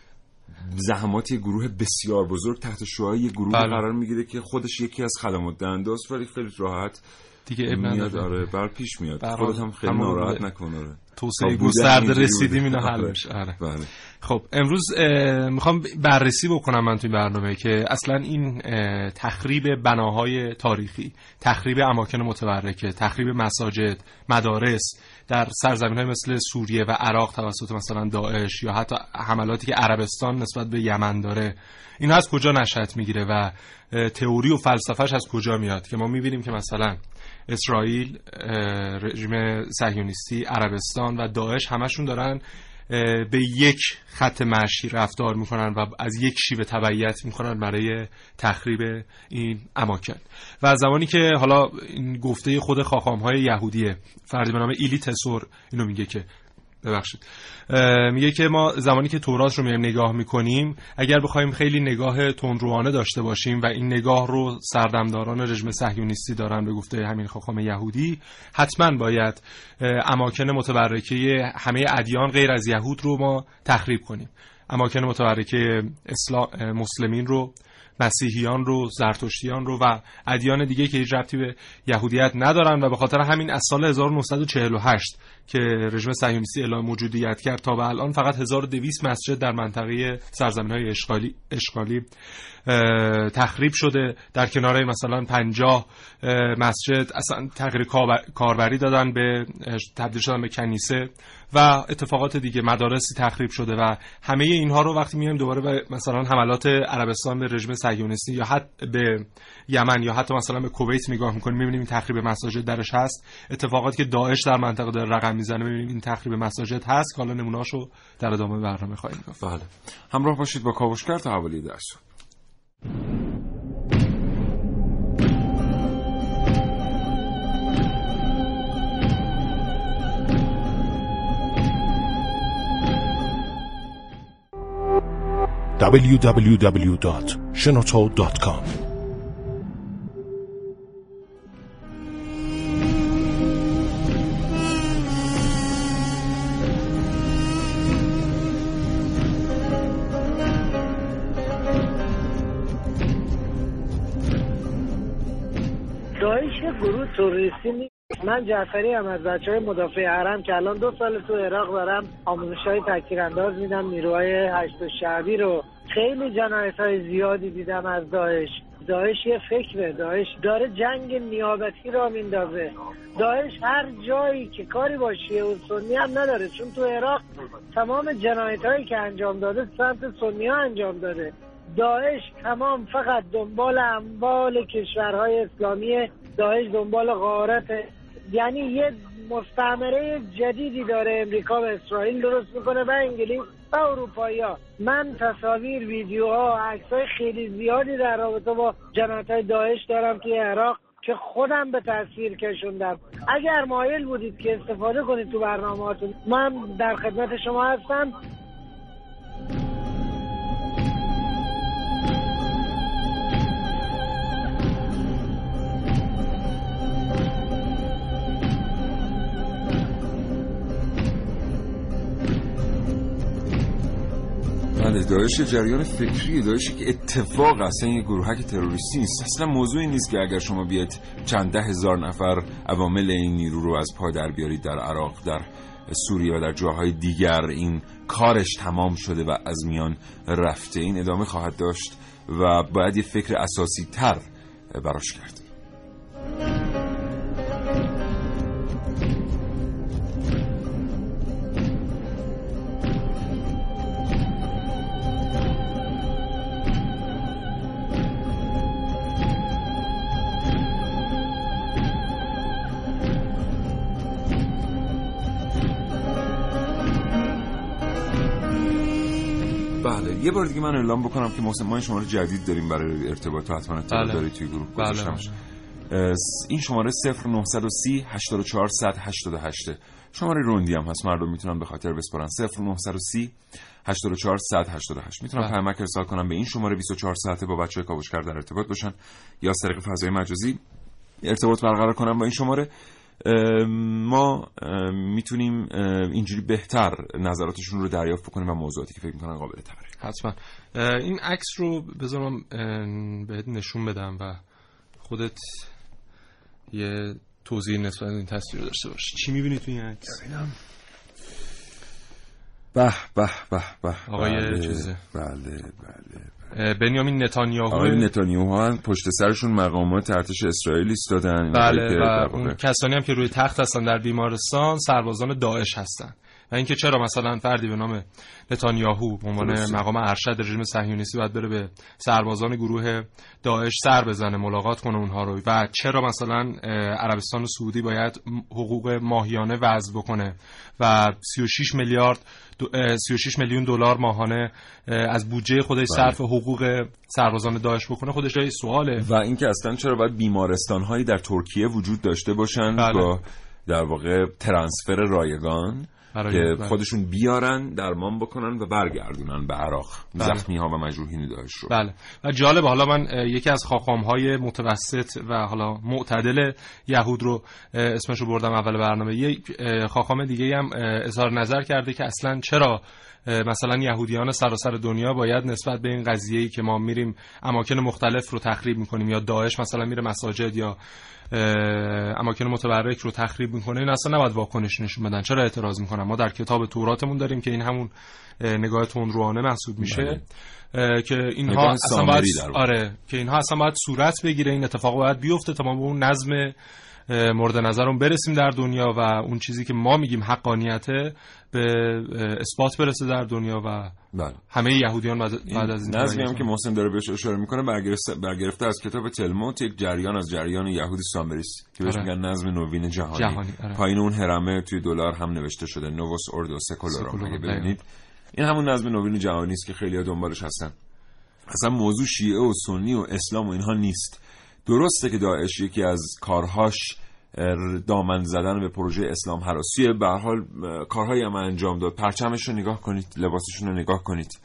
Speaker 2: زحمات یه گروه بسیار بزرگ تحت شعاع یه گروه بله. قرار میگیره که خودش یکی از خدمات دهنداست ولی خیلی راحت
Speaker 9: دیگه اب نداره.
Speaker 2: آره بر پیش میاد. خودت هم خیلی ناراحت نکن. آره
Speaker 9: توسعه گسترده رسیدیم اینا حل بشه. آره
Speaker 2: بله.
Speaker 9: خب امروز میخوام بررسی بکنم من توی برنامه که اصلا این تخریب بناهای تاریخی، تخریب اماکن متبرکه، تخریب مساجد، مدارس در سرزمین‌های مثل سوریه و عراق توسط مثلا داعش یا حتی حملاتی که عربستان نسبت به یمن داره، اینا از کجا نشأت میگیره و تئوری و فلسفه‌اش از کجا میاد که ما میبینیم که مثلا اسرائیل، رژیم صهیونیستی، عربستان و داعش همشون دارن به یک خط مشی رفتار میکنن و از یک شیوه تبعیت میکنن برای تخریب این اماکن. و از زمانی که حالا این گفته خود خاخامهای یهودیه، فردی به نام ایلی تسور اینو میگه که ببخشید میگه که ما زمانی که تورات رو میایم نگاه میکنیم، اگر بخوایم خیلی نگاه تندروانه داشته باشیم و این نگاه رو سردمداران رژیم صهیونیستی دارن به گفته همین خاخام یهودی، حتما باید اماکن متبرکه همه ادیان غیر از یهود رو ما تخریب کنیم. اماکن متبرکه اسلام، مسلمین رو، مسیحیان رو، زرتشتیان رو و ادیان دیگه که هیچ ربطی به یهودیت ندارن و به خاطر همین از سال هزار و نهصد و چهل و هشت که رژیم صهیونیستی اعلام موجودیت کرد تا به الان فقط هزار و دویست مسجد در منطقه سرزمین‌های اشغالی اشغالی تخریب شده، در کنار مثلا پنجاه مسجد اصلا تغییر کاربری دادن به تبدیل شدن به کنیسه و اتفاقات دیگه، مدارسی تخریب شده و همه اینها رو وقتی میایم دوباره به مثلا حملات عربستان به رژیم صهیونیستی یا حتی به یمن یا حتی مثلا به کویت نگاه می‌کنیم، می‌بینیم این تخریب مساجد درش هست. اتفاقاتی که داعش در منطقه داره رقم میزنه، می‌بینیم این تخریب مساجد هست که حالا نمونه‌اشو در ادامه برنامه خواهیم گفت.
Speaker 2: بله. همراه باشید با کاوشگر تا حوالی درس.
Speaker 1: دبلیو دبلیو دبلیو دات شنوتو دات کام.
Speaker 10: داعش گروه تروریستی نیست. من جعفری هم از بچهای مدافع حرم که الان دو سال تو عراق دارم آموزش‌های تکتیرانداز میدم، نیروهای هشت شعبی رو خیلی جنایت‌های زیادی دیدم از داعش. داعش یه فکره، داعش داره جنگ نیابتی را میندازه. داعش هر جایی که کاری با شیعه و سنی هم نداره، چون تو عراق تمام جنایت‌هایی که انجام داده سمت سنی ها انجام داده. داعش تمام فقط دنبال اموال کشورهای اسلامی، داعش دنبال غارت، یعنی یه مستعمره جدیدی داره امریکا و اسرائیل درست میکنه و انگلیس و اروپایی ها. من تصاویر، ویدیوها، عکسای خیلی زیادی در رابطه با جنایت‌های داعش دارم توی عراق که خودم به تصویر کشوندم. اگر مایل بودید که استفاده کنید تو برنامه‌هاتون، من در خدمت شما هستم.
Speaker 2: داعش جریان فکری، داعشی که اتفاق اصلا یه گروهک تروریستی نیست. اصلا موضوعی نیست که اگر شما بیاید چند ده هزار نفر عوامل این نیرو رو از پا در بیارید در عراق، در سوریه و در جاهای دیگر، این کارش تمام شده و از میان رفته. این ادامه خواهد داشت و باید یه فکر اساسی تر براش کرد. بله، یه بار دیگه من اعلام بکنم که محسن ما این شماره جدید داریم برای ارتباط، حتما اطلاع داری توی گروه گذاشتم. این شماره صفر نه یک صفر هشتاد و چهار صد هشتاد و هشت شماره روندی هم هست، مردم میتونن به خاطر بسپارن. صفر نه یک صفر هشتاد و چهار صد هشتاد و هشت میتونن پیامک ارسال کنن به این شماره بیست و چهار ساعته با بچهای کاوشگر در ارتباط باشن یا از طریق فضای مجازی ارتباط برقرار کنن با این شماره. ما میتونیم اینجوری بهتر نظراتشون رو دریافت بکنیم و موضوعاتی که فکر میکنن قابل تبریک.
Speaker 9: حتما این عکس رو بذارم بهت نشون بدم و خودت یه توضیح نسبت این تصویر رو داشته باشی. چی میبینی تو این عکس؟
Speaker 2: ببینم. به به به به
Speaker 9: آقای بله چیزه
Speaker 2: بله بله
Speaker 9: بنیامین نتانیاهو.
Speaker 2: آقای نتانیاهو پشت سرشون مقامات ارتش اسرائیل ایستادن.
Speaker 9: بله و اون کسانی هم که روی تخت هستن در بیمارستان سربازان داعش هستن. و اینکه چرا مثلا فردی به نام نتانیاهو به عنوان مقام ارشد رژیم صهیونیستی باید بره به سربازان گروه داعش سر بزنه، ملاقات کنه اونها رو، و چرا مثلا عربستان سعودی باید حقوق ماهیانه وضع بکنه و سی و شش میلیارد سی و شش میلیون دلار ماهانه از بودجه خودش صرف حقوق سربازان داعش بکنه، خودش جای سواله.
Speaker 2: و اینکه اصلا چرا باید بیمارستان‌هایی در ترکیه وجود داشته باشن بله. با در واقع ترانسفر رایگان که بله. خودشون بیارن درمان بکنن و برگردونن به عراق بله. زخمی ها و مجروحین داعش رو.
Speaker 9: بله. و جالب، حالا من یکی از خاخام های متوسط و حالا معتدل یهود رو اسمش رو بردم اول برنامه. یک خاخام دیگه هم اظهار نظر کرده که اصلا چرا مثلا یهودیان سراسر دنیا باید نسبت به این قضیه‌ای که ما میریم اماکن مختلف رو تخریب میکنیم یا داعش مثلا میره مساجد یا اماکن متبرک رو تخریب میکنه، این اصلا نباید واکنش نشون بدن. چرا اعتراض میکنن؟ ما در کتاب توراتمون داریم که این همون نگاه تندروانه محسوب میشه که اینها اصلا باید آره که اینها اصلا باید صورت بگیره، این اتفاق باید بیفته تا ما به اون نظم مورد نظرم برسیم در دنیا و اون چیزی که ما میگیم حقانیته به اثبات برسه در دنیا و بله. همه یهودیان بعد, بعد از این
Speaker 2: نظمی هم که محسن داره بهش اشاره میکنه برگرفته برگرفته از کتاب تلموت، یک جریان از جریان یهودی سامبریس که بهش میگن نظم نوین جهانی, جهانی. پایین اون هرمه توی دلار هم نوشته شده نووس اوردو سکولارام. اگه ببینید این همون نظم نوین جهانی است که خیلی‌ها دنبالش هستن. اصلا موضوع شیعه و سنی و اسلام و اینها نیست. درسته که داعش یکی از کارهاش دامن زدن به پروژه اسلام هراسیه، به هر حال کارهایی هم انجام داد. پرچمش رو نگاه کنید، لباسشون رو نگاه کنید،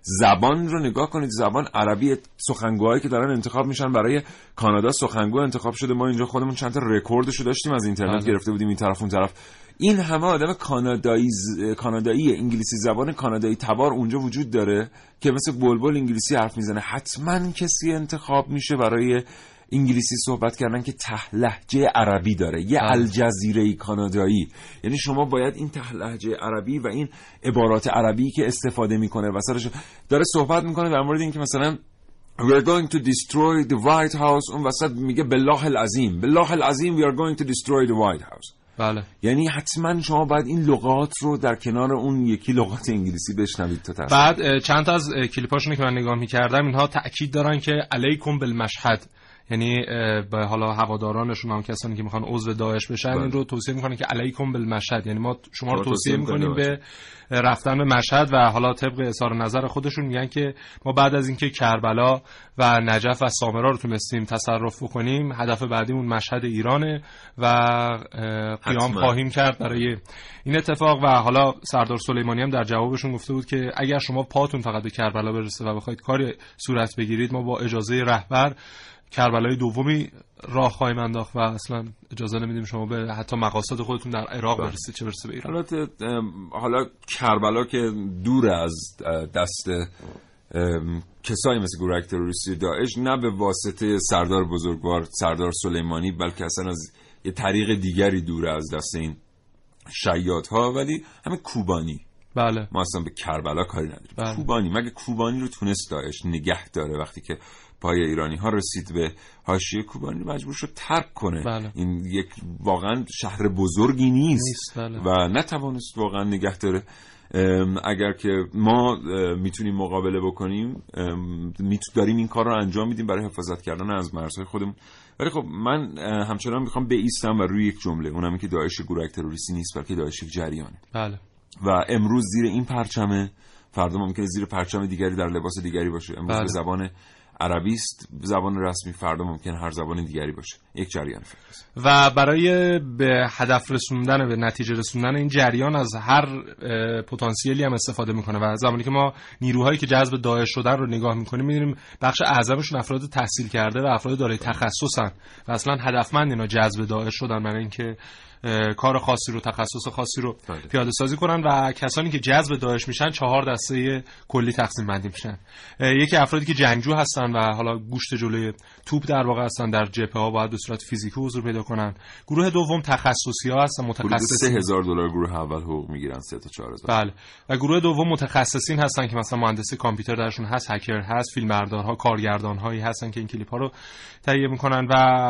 Speaker 2: زبان رو نگاه کنید، زبان عربی، سخنگوهایی که دارن انتخاب میشن برای کانادا سخنگو انتخاب شده. ما اینجا خودمون چند تا رکوردشو داشتیم از اینترنت
Speaker 9: بله.
Speaker 2: گرفته بودیم این طرف اون طرف. این همه آدم کانادایی کانادایی انگلیسی زبان کانادایی تبار اونجا وجود داره که مثل بلبل انگلیسی حرف میزنه. حتما کسی انتخاب میشه برای انگلیسی صحبت کردن که ته لهجه عربی داره، یه الجزیره کانادایی. یعنی شما باید این ته لهجه عربی و این عبارات عربی که استفاده میکنه وسطش داره صحبت میکنه در مورد اینکه مثلا we are going to destroy the White House، اون وسط میگه بالله العظیم بالله العظیم we are going to destroy the White House.
Speaker 9: بله.
Speaker 2: یعنی حتما شما باید این لغات رو در کنار اون یکی لغات انگلیسی بشنوید تا تصمیم.
Speaker 9: بعد چند تا از کلیپاشونو که من نگاه می‌کردم اینها تأکید دارن که علیکم بالمشهد، یعنی به حالا هوادارانشون هم کسانی که میخوان عضو داعش بشن این رو توصیه میکنن که علیکم بالمشهد، یعنی ما شما رو توصیه میکنیم به رفتن به مشهد. و حالا طبق اظهار نظر خودشون میگن که ما بعد از اینکه کربلا و نجف و سامرا رو تونستیم تصرف بکنیم، هدف بعدیمون مشهد ایرانه و قیام خواهیم کرد برای این اتفاق. و حالا سردار سلیمانی هم در جوابشون گفته بود که اگر شما پاتون فقط به کربلا برسه و بخواید کاری صورت بگیرید، ما با اجازه رهبر کربلای دومی راه خواهیم انداخت و اصلا اجازه نمیدیم شما به حتی مقاصد خودتون در عراق برسید، چه برسه به ایران.
Speaker 2: حالا حالا کربلا که دور از دست کسایی مثل گروه تروریستی داعش، نه به واسطه سردار بزرگوار سردار سلیمانی، بلکه اصلا از یه طریق دیگری دور از دست این شیادها، ولی همه کوبانی.
Speaker 9: بله.
Speaker 2: ما اصلا به کربلا کاری نداریم.
Speaker 9: بله.
Speaker 2: کوبانی، مگه کوبانی رو تونست داعش نگه داره وقتی که پای ایرانی ها رسید به حاشیه کوبانی مجبور شد ترک کنه.
Speaker 9: بله. این
Speaker 2: یک واقعا شهر بزرگی نیست,
Speaker 9: نیست. بله.
Speaker 2: و نتوانست واقعا نگه داره. اگر که ما میتونیم مقابله بکنیم، داریم این کار رو انجام میدیم برای حفاظت کردن از مرزهای خودمون. ولی خب من همچنان میخوام بایستم و روی یک جمله، اونم که داعش گروه تروریستی نیست بلکه داعش یک جریانه.
Speaker 9: بله.
Speaker 2: و امروز زیر این پرچمه، فردا ممکنه زیر پرچم دیگری در لباس دیگری باشه. امروز
Speaker 9: بله.
Speaker 2: به زبان عربی است، زبان رسمی، فردا ممکن هر زبان دیگری باشه. یک جریان فکر است.
Speaker 9: و برای به هدف رسوندن، به نتیجه رسوندن این جریان از هر پتانسیلی هم استفاده میکنه. و زمانی که ما نیروهایی که جذب داعش شدن رو نگاه میکنیم میبینیم بخش اعظمشون افراد تحصیل کرده و افراد دارای تخصصن و اصلا هدفمند اینا جذب داعش شدن برای اینکه کار خاصی رو، تخصص خاصی رو پیاده سازی کنن. و کسانی که جذب داعش میشن چهار دسته کلی تقسیم بندی میشن. یکی افرادی که جنگجو هستن و حالا گوشت جلوی توپ در واقع هستن، در جبهه ها باید به صورت فیزیکی حضور پیدا کنن. گروه دوم تخصصی ها هستن، متخصصین.
Speaker 2: سه هزار دلار گروه اول حقوق میگیرن، سه تا چهار هزار.
Speaker 9: بله. و گروه دوم متخصصین هستن که مثلا مهندس کامپیوتر درشون هست، هکر هست، فیلمبردارها، کارگردان‌هایی هستن که این کلیپ‌ها رو تهیه میکنن و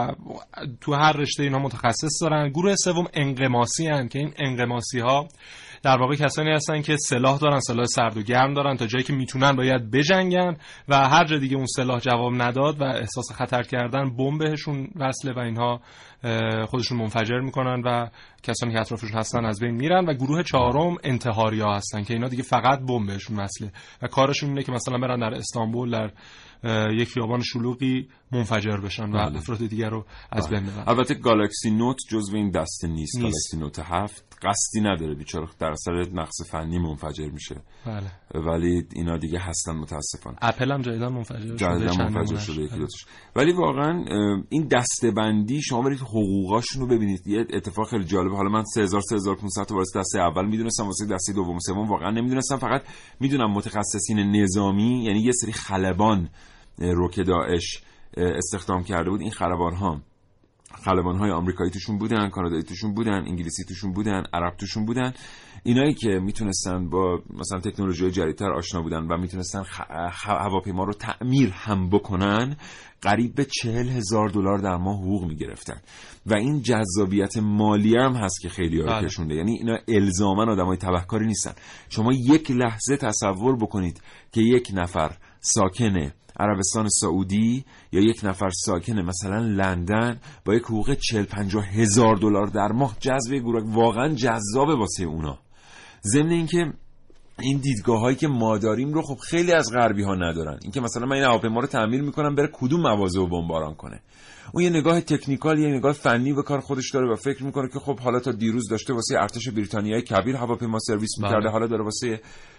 Speaker 9: تو هر رشته اینا متخصص دارن. گروه سوم انقماسی هستن که این انقماسی ها در واقع کسانی هستن که سلاح دارن، سلاح سرد و گرم دارن، تا جایی که میتونن باید بجنگن و هر جا دیگه اون سلاح جواب نداد و احساس خطر کردن، بمب بهشون وصله و اینها خودشون منفجر میکنن و کسانی که اطرافشون هستن از بین میرن. و گروه چهارم انتحاریا هستن که اینا دیگه فقط بمب بهشون وصله و کارشون اینه که مثلا برن در استانبول در یک خیابان شلوغی منفجر بشن و افراد دیگر رو از بین ببرن.
Speaker 2: البته گالاکسی نوت جزو این دسته نیست. گالاکسی نوت هفت قصدی نداره، بیچاره در اثر نقص فنی منفجر میشه.
Speaker 9: بله.
Speaker 2: ولی اینا دیگه هستن متاسفانه.
Speaker 9: اپل هم جدیدن منفجر شده،
Speaker 2: جدیدن منفجر شده یکی دوتاش. ولی واقعا این دسته بندی شما برید حقوقاشون رو ببینید، یه اتفاق خیلی جالبه. حالا من سه هزار سه هزار و پانصد تا واسه دسته اول میدونستم، واسه دسته دوم سوم واقعا نمیدونستم. فقط میدونم متخصصین نظامی، یعنی یه سری خلبان رو که داعش استخدام کرده بود، این خلبان ها خلبان های آمریکایی توشون بودن، کانادایی توشون بودن، انگلیسی توشون بودن، عرب توشون بودن. اینایی که میتونستن با مثلا تکنولوژی جدیدتر آشنا بودن و میتونستن هواپیما رو تعمیر هم بکنن، قریب به چهل هزار دلار در ماه حقوق میگرفتن. و این جذابیت مالی هم هست که خیلی ها کشونده. یعنی اینا الزاماً آدمای تبهکاری نیستن. شما یک لحظه تصور بکنید که یک نفر ساکن عربستان سعودی یا یک نفر ساکن مثلا لندن با یک حقوق چهل پنجاه هزار دلار در ماه جذب گروه واقعا جذابه واسه اونا. ضمن اینکه این دیدگاه هایی که ما داریم رو خب خیلی از غربی ها ندارن. اینکه مثلا من این هواپیما رو تعمیر میکنم بره کدوم مواضع رو بمباران کنه. اون یه نگاه تکنیکال، یه نگاه فنی به کار خودش داره و فکر میکنه که خب حالا تا دیروز داشته واسه ارتش بریتانیای کبیر هواپیما سرویس میکرده، حالا داره واسه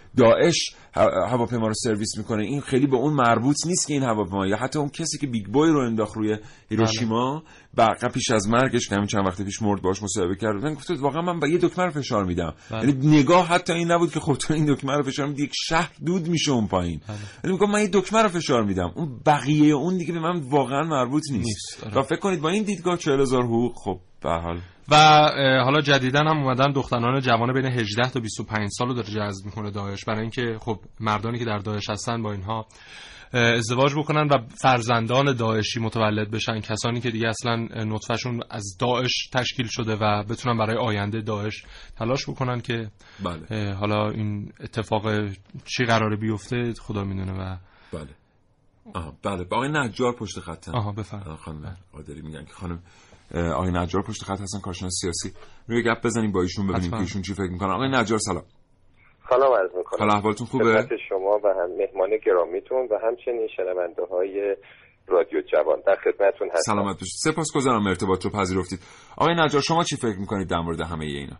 Speaker 2: داعش هواپیما رو سرویس میکنه، این خیلی به اون مربوط نیست که این هواپیما، یا حتی اون کسی که بیگ بوی رو انداخت روی هیروشیما بعد پیش از مرگش که همین چند وقت پیش مرد باش مصاحبه کرد، من گفتم واقعا من با یه دکمه رو فشار میدم. یعنی نگاه حتی این نبود که خب تو این دکمه رو فشار میدی یک شهر دود میشه اون پایین، ولی میگم من یه دکمه رو فشار میدم، اون بقیه اون دیگه به من واقعا مربوط نیست. و فکر کنید با این دیدگاه چهل هزار حقوق خب به هر حال.
Speaker 9: و حالا جدیداً هم اومدن دختران جوان بین هجده تا بیست و پنج سال رو داره جذب میکنه داعش، برای اینکه خب مردانی که در داعش هستن با اینها ازدواج بکنن و فرزندان داعشی متولد بشن، کسانی که دیگه اصلا نطفهشون از داعش تشکیل شده و بتونن برای آینده داعش تلاش بکنن که
Speaker 2: بله.
Speaker 9: حالا این اتفاق چی قراره بیفته خدا میدونه. و
Speaker 2: بله آها بله با آقای نجار پشت خطن.
Speaker 9: آها بفرمایید.
Speaker 2: خانم قادری میگن که خانم آقای نجار پشت خط هستن، کارشناس سیاسی، روی گپ بزنیم با ایشون ببینیم که ایشون چی فکر میکنن. آقای نجار سلام.
Speaker 11: سلام عرض میکنم.
Speaker 2: حالا احوالتون خوبه؟
Speaker 11: خدمت شما و هم مهمان گرامیتون و همچنین شنونده های رادیو جوان در خدمتتون هستم.
Speaker 2: سلامت باشید. سپاسگزارم ارتباط رو پذیرفتید. آقای نجار شما چی فکر میکنید در مورد همه اینا؟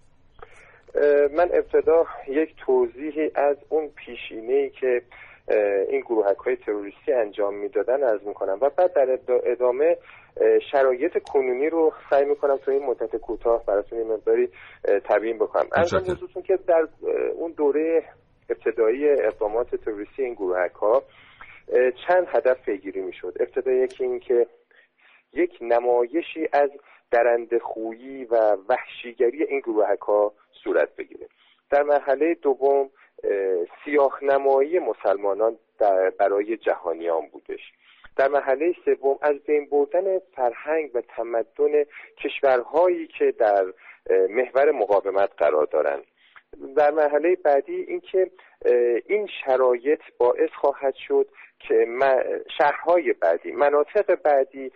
Speaker 11: من ابتدا یک توضیحی از اون پیشینه‌ای که این گروهک‌های تروریستی انجام میدادن عرض میکنم و بعد در ادامه شرایط کنونی رو سعی میکنم تو این مدت کوتاه براتون این مقداری تبیین بکنم. ارزم حضورتون که در اون دوره ابتدایی اقدامات تروریستی این گروهک‌ها چند هدف پیگیری میشد. ابتدا یکی این که یک نمایشی از درنده‌خویی و وحشیگری این گروهک‌ها صورت بگیره. در مرحله دوم سیاه‌نمایی مسلمانان در برای جهانیان بودش. در مرحله سوم از بین بردن فرهنگ و تمدن کشورهایی که در محور مقاومت قرار دارند. در مرحله بعدی اینکه این شرایط باعث خواهد شد که شهرهای بعدی، مناطق بعدی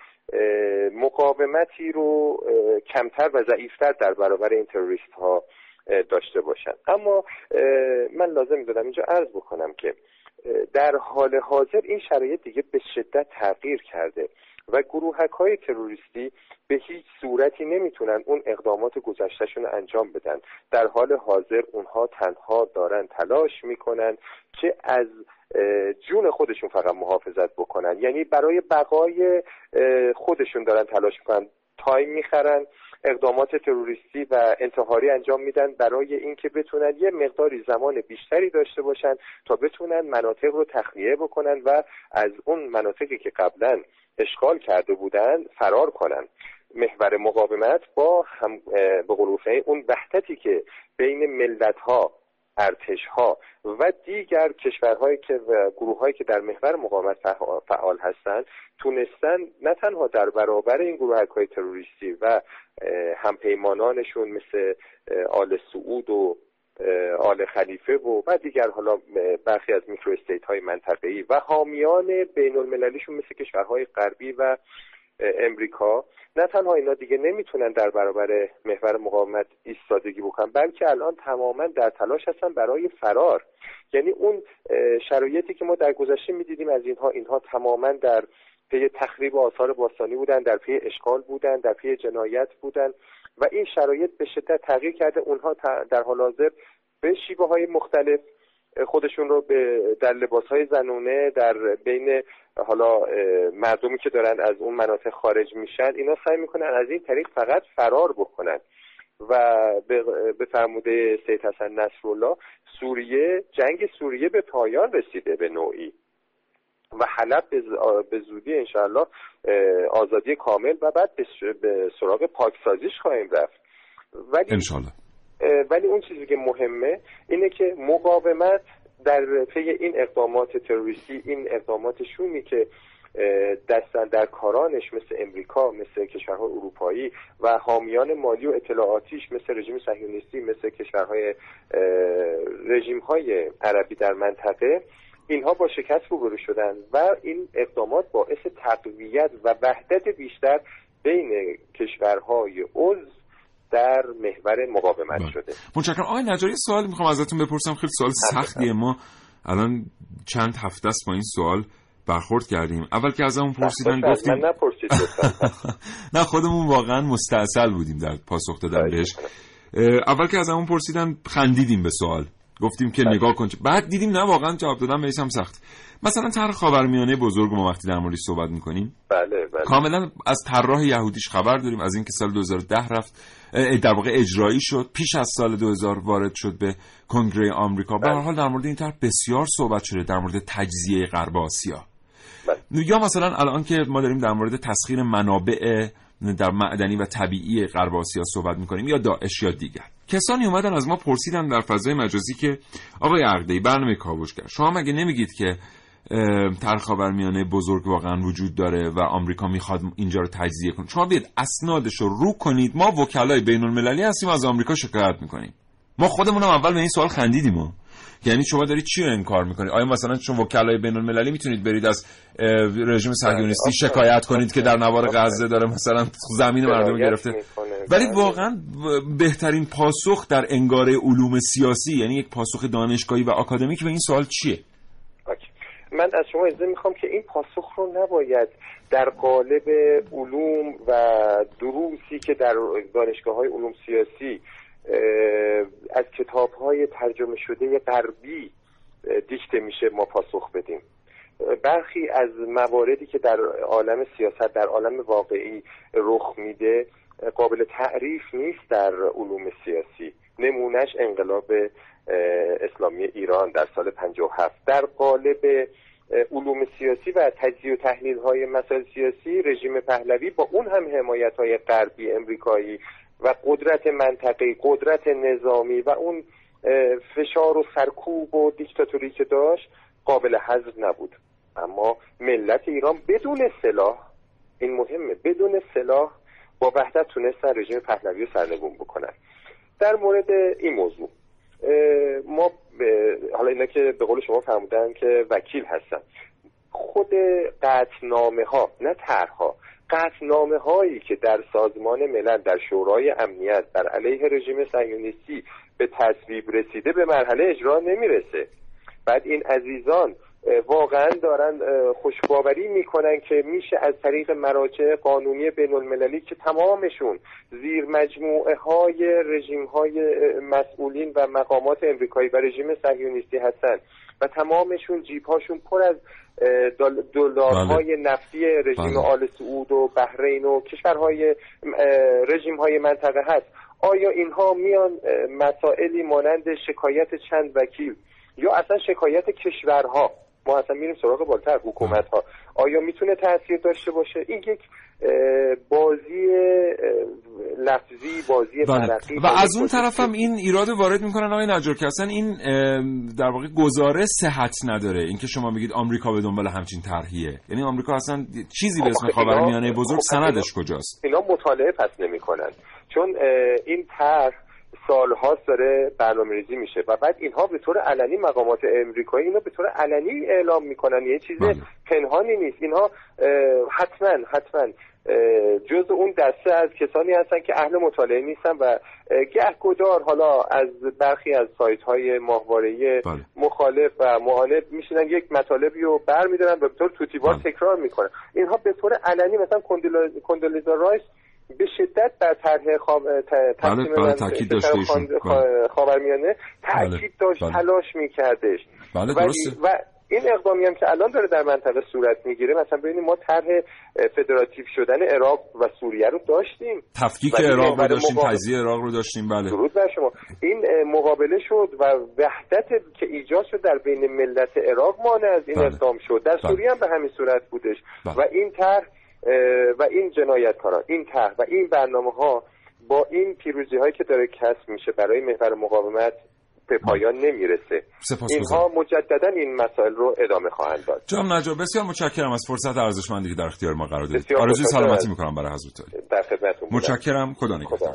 Speaker 11: مقاومتی رو کمتر و ضعیفتر در برابر این تروریست ها داشته باشن. اما من لازم می‌دونم اینجا عرض بکنم که در حال حاضر این شرایط دیگه به شدت تغییر کرده و گروهک‌های تروریستی به هیچ صورتی نمیتونن اون اقدامات گذشتهشون رو انجام بدن. در حال حاضر اونها تنها دارن تلاش میکنن که از جون خودشون فقط محافظت بکنن، یعنی برای بقای خودشون دارن تلاش میکنن، تایم میخرن، اقدامات تروریستی و انتحاری انجام میدن برای اینکه بتونن یه مقداری زمان بیشتری داشته باشن تا بتونن مناطق رو تخلیه بکنن و از اون مناطقی که قبلا اشغال کرده بودن فرار کنن. محور مقاومت با هم به قول اون وحدتی که بین ملت‌ها، ارتش‌ها و دیگر کشورهایی که و گروه‌هایی که در محور مقاومت فعال هستند تونستن نه تنها در برابر این گروه‌های تروریستی و همپیمانانشون مثل آل سعود و آل خلیفه و و دیگر حالا برخی از میکرو استیت های منطقه‌ای و حامیان بین المللیشون مثل کشورهای غربی و امریکا، نه تنها اینا دیگه نمیتونن در برابر محور مقاومت ایستادگی بکنن، بلکه الان تماما در تلاش هستن برای فرار. یعنی اون شرایطی که ما در گذشته میدیدیم از اینها اینها تماما در پی تخریب آثار باستانی بودن، در پی اشغال بودن، در پی جنایت بودن و این شرایط به شدت تغییر کرده. اونها در حال حاضر به شیوه‌های مختلف خودشون رو به در لباس‌های زنونه در بین حالا مردمی که دارن از اون مناطق خارج میشن اینا سعی میکنن از این طریق فقط فرار بکنن و به فرموده سید حسن نصرالله سوریه، جنگ سوریه به پایان رسیده به نوعی و حلب به زودی انشاءالله آزادی کامل و بعد به سراغ پاکسازیش خواهیم رفت. ولی
Speaker 2: انشاءالله
Speaker 11: ولی اون چیزی که مهمه اینه که مقاومت در پی این اقدامات تروریستی، این اقدامات شومی که دستن در کارانش مثل امریکا، مثل کشورهای اروپایی و حامیان مالی و اطلاعاتیش مثل رژیم صهیونیستی، مثل کشورهای رژیم‌های عربی در منطقه، اینها با شکست روبرو شدن و این اقدامات باعث تقویت و وحدت بیشتر بین کشورهای عضو در محور مقاومت شده.
Speaker 2: متشکرم. آقای نجاری سوال میخوام ازتون بپرسم، خیلی سوال سختیه، ما الان چند هفته است با این سوال برخورد کردیم. اول که ازمون پرسیدن گفتیم
Speaker 11: من نپرسید
Speaker 2: نه خودمون واقعا مستعسل بودیم در پاسخ دادن بهش. اول که ازمون پرسیدن خندیدیم به سوال، گفتیم که نگاه کن، بعد دیدیم نه واقعا جواب دادن بهش هم سخت. مثلا طرح خاورمیانه بزرگ ما وقتی در موردش صحبت می‌کنیم،
Speaker 11: بله بله
Speaker 2: کاملا از طراح یهودیش خبر داریم، از اینکه سال دو هزار و ده رفت در واقع اجرایی شد، پیش از سال دو هزار وارد شد به کنگره آمریکا. به هر حال در مورد این طرح بسیار صحبت شده، در مورد تجزیه غرب آسیا. بله. یا مثلا الان که ما داریم در مورد تسخیر منابع در معدنی و طبیعی غرب آسیا صحبت می‌کنیم، یا داعش یا دیگر. کسانی اومدن از ما پرسیدن در فضای مجازی که آقای عقده‌ای، برنامه کاوشگر، شما مگه نمیگید که طرح خاورمیانه بزرگ واقعا وجود داره و آمریکا میخواد اینجا رو تجزیه کنه؟ شما بیاید اسنادش رو رو کنید، ما وکلای بین المللی هستیم از آمریکا شکایت میکنیم. ما خودمون هم اول به این سوال خندیدیم ما. یعنی شما دارید چی رو انکار میکنید؟ آیا مثلا چون وکلای بین المللی میتونید برید از رژیم صهیونیستی شکایت کنید که در نوار غزه داره مثلا زمین مردم گرفته؟ ولی واقعا بهترین پاسخ در انگاره علوم سیاسی، یعنی یک پاسخ دانشگاهی و آکادمیک به این سوال چیه؟
Speaker 11: من از شما اجازه میخوام که این پاسخ رو نباید در قالب علوم و دروسی که در دانشگاه‌های علوم سیاسی از کتاب‌های ترجمه شده غربی دیکته میشه ما پاسخ بدیم. برخی از مواردی که در عالم سیاست، در عالم واقعی رخ میده قابل تعریف نیست در علوم سیاسی. نمونهش انقلاب اسلامی ایران در سال پنجاه و هفت. در قالب علوم سیاسی و تجزیه و تحلیل های مسائل سیاسی، رژیم پهلوی با اون هم حمایت های غربی امریکایی و قدرت منطقه‌ای، قدرت نظامی و اون فشار و سرکوب و دیکتاتوری که داشت قابل حذف نبود. اما ملت ایران بدون سلاح، این مهمه، بدون سلاح با وحدت تونستن رژیم پهلوی رو سرنگون بکنن. در مورد این موضوع ما حالا اینا که به قول شما فرمودن که وکیل هستن، خود قطعنامه ها، نه طرح‌ها، قطعنامه هایی که در سازمان ملل، در شورای امنیت بر علیه رژیم صهیونیستی به تصویب رسیده به مرحله اجرا نمیرسه. بعد این عزیزان واقعا دارن خوشباوری میکنن که میشه از طریق مراجع قانونی بین المللی که تمامشون زیر مجموعه های رژیم های مسئولین و مقامات امریکایی و رژیم صهیونیستی هستن و تمامشون جیب هاشون پر از دلارهای نفتی رژیم آل سعود و بحرین و کشورهای رژیم های منطقه هست. آیا اینها میان مسائلی مانند شکایت چند وکیل یا اصلا شکایت کشورها، ما اصلا میریم سراغ بالاتر حکومت ها، آیا میتونه تأثیر داشته باشه؟ این یک بازی لفظی، بازی فرقی
Speaker 2: و از اون طرف هم این ایراد وارد میکنن آقای نجار که اصلا این در واقع گزاره صحت نداره. اینکه شما بگید آمریکا به دنبال همچین طرحیه، یعنی آمریکا اصلا چیزی به اسم خاورمیانه بزرگ سندش کجاست؟
Speaker 11: اینا مطالعه پس نمیکنن، چون این طرح سالهاست داره برنامه‌ریزی میشه و بعد اینها به طور علنی، مقامات امریکایی اینو به طور علنی اعلام میکنن، یه چیز پنهانی نیست. اینها حتما حتما جز اون دسته از کسانی هستن که اهل مطالعه نیستن و گهگدار حالا از برخی از سایت های ماهواره‌ای مخالف و معاند میشینن یک مطالبی رو برمی‌دارن و به طور توتی‌وار تکرار میکنن. اینها به طور علنی، مثلا کندولیزا رایس به شدت در طرح خاورمیانه تاکید داشت، تلاش میکردش و این اقدامی هم که الان داره در منطقه صورت میگیره، مثلا ببینید ما طرح فدراتیو شدن عراق و سوریه رو داشتیم،
Speaker 2: تفکیک عراق رو داشتیم، تجزیه عراق رو داشتیم. بله،
Speaker 11: درود بر شما. این مقابله شد و وحدت که ایجاد شد در بین ملت عراق مانع از این بله. اقدام شد. در بله. سوریه هم به همین صورت بودش بله. و این طرح و این جنایتکاران، این طرح و این برنامه‌ها با این پیروزی هایی که داره کسب میشه برای محور مقاومت به پایان نمیرسه. اینها مجددا این مسائل رو ادامه خواهند داد.
Speaker 2: جناب نجار بسیار متشکرم از فرصت ارزشمندی که در اختیار ما قرار دادید. آرزوی سلامتی میکنم برای حضرت.
Speaker 11: در خدمتتون.
Speaker 2: متشکرم. خدا نگهدار.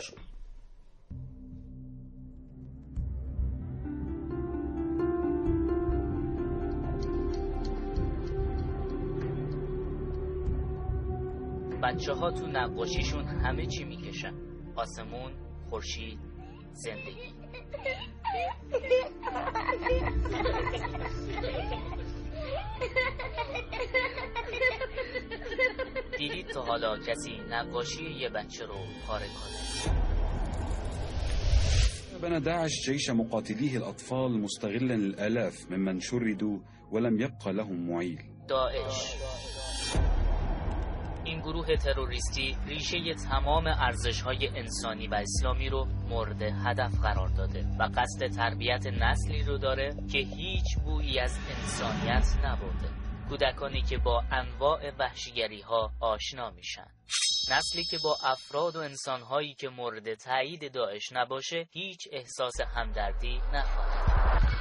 Speaker 12: بچه ها تو نقاشیشون همه چی میکشن، آسمون، خورشید، زندگی. دیدید تا حالا کسی نقاشی یه بچه رو پاره کنه؟
Speaker 13: بنى داعش جيش مقاتليه الأطفال مستغلا الآلاف ممن شردوا ولم يبقى لهم معيل.
Speaker 12: داعش، این گروه تروریستی ریشه تمام ارزش‌های انسانی و اسلامی رو مورد هدف قرار داده و قصد تربیت نسلی رو داره که هیچ بویی از انسانیت نبرده. کودکانی که با انواع وحشیگری‌ها آشنا میشن. نسلی که با افراد و انسان‌هایی که مورد تایید داعش نباشه هیچ احساس همدردی نخواهد.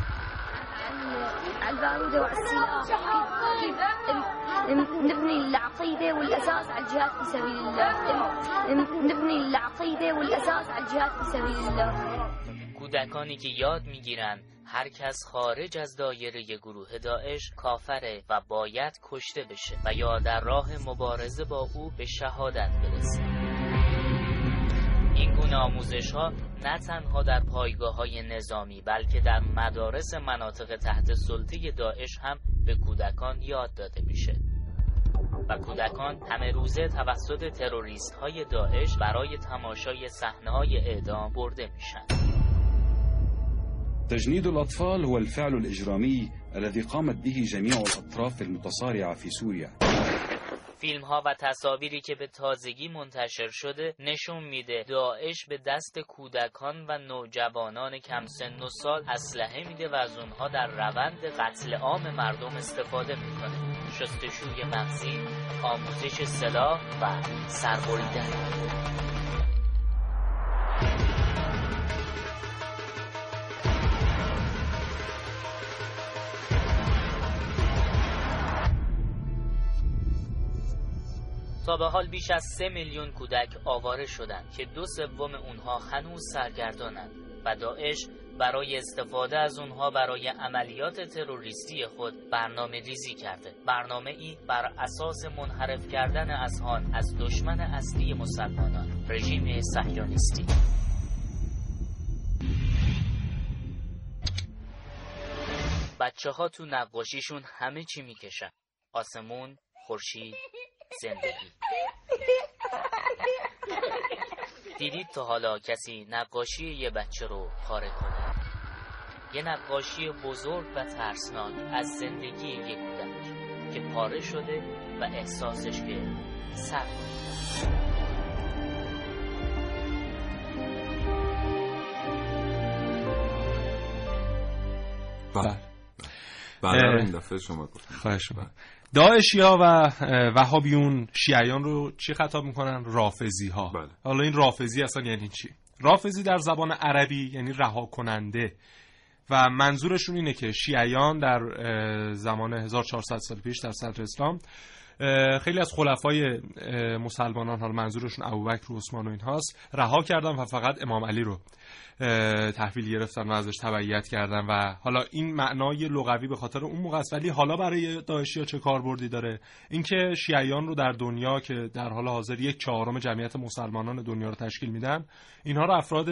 Speaker 14: البارودة والسلاح كيف نبني العقيدة والأساس على الجهاد في سبيل الله نبني العقيدة والأساس على الجهاد في سبيل الله.
Speaker 12: کودکانی که یاد میگیرن هر کس خارج از دایره گروه داعش کافره و باید کشته بشه و یا در راه مبارزه با او به شهادت برسه. این گونه آموزش‌ها نه تنها در پایگاه‌های نظامی بلکه در مدارس مناطق تحت سلطه داعش هم به کودکان یاد داده میشه و کودکان همه روزه توسط تروریست‌های داعش برای تماشای صحنه‌های اعدام برده میشن.
Speaker 13: تجنيد الأطفال هو الفعل الإجرامي الذي قامت به جميع الأطراف المتصارعة في سوريا.
Speaker 12: فیلم ها و تصاویری که به تازگی منتشر شده نشون میده داعش به دست کودکان و نوجوانان کم سن و سال اسلحه میده و از اونها در روند قتل عام مردم استفاده میکنه. شستشوی مغزی، آموزش سلاح و سربریدن. تا به حال بیش از سه میلیون کودک آواره شدند که دو سوم اونها هنوز سرگردانند و داعش برای استفاده از اونها برای عملیات تروریستی خود برنامه ریزی کرده. برنامه ای بر اساس منحرف کردن اذهان از دشمن اصلی مسلمانان، رژیم صهیونیستی. بچه ها تو نقاشیشون همه چی میکشن: آسمون، خورشید، زندگی. دیدید تا حالا کسی نقاشی یه بچه رو پاره کنه؟ یه نقاشی بزرگ و ترسناک از زندگی یه کودک که پاره شده و احساسش که سر
Speaker 2: بله بله این دفعه شما گفتید.
Speaker 9: خواهش می‌کنم. داعشی‌ها و وهابیون شیعیان رو چی خطاب میکنن؟ رافضی‌ها.
Speaker 2: بله.
Speaker 9: حالا این رافضی اصلا یعنی چی؟ رافضی در زبان عربی یعنی رها کننده و منظورشون اینه که شیعیان در زمان هزار و چهارصد سال پیش در صدر اسلام خیلی از خلفای مسلمانان، حالا منظورشون ابوبکر و عثمان و اینهاست، رها کردن و فقط امام علی رو تحویل گرفتن و ازش تبعیت کردن و حالا این معنای لغوی به خاطر اون موقع است. ولی حالا برای داعشی‌ها چه کاربردی داره؟ اینکه شیعیان رو در دنیا که در حال حاضر یک چهارم جمعیت مسلمانان دنیا رو تشکیل میدن، اینها رو افراد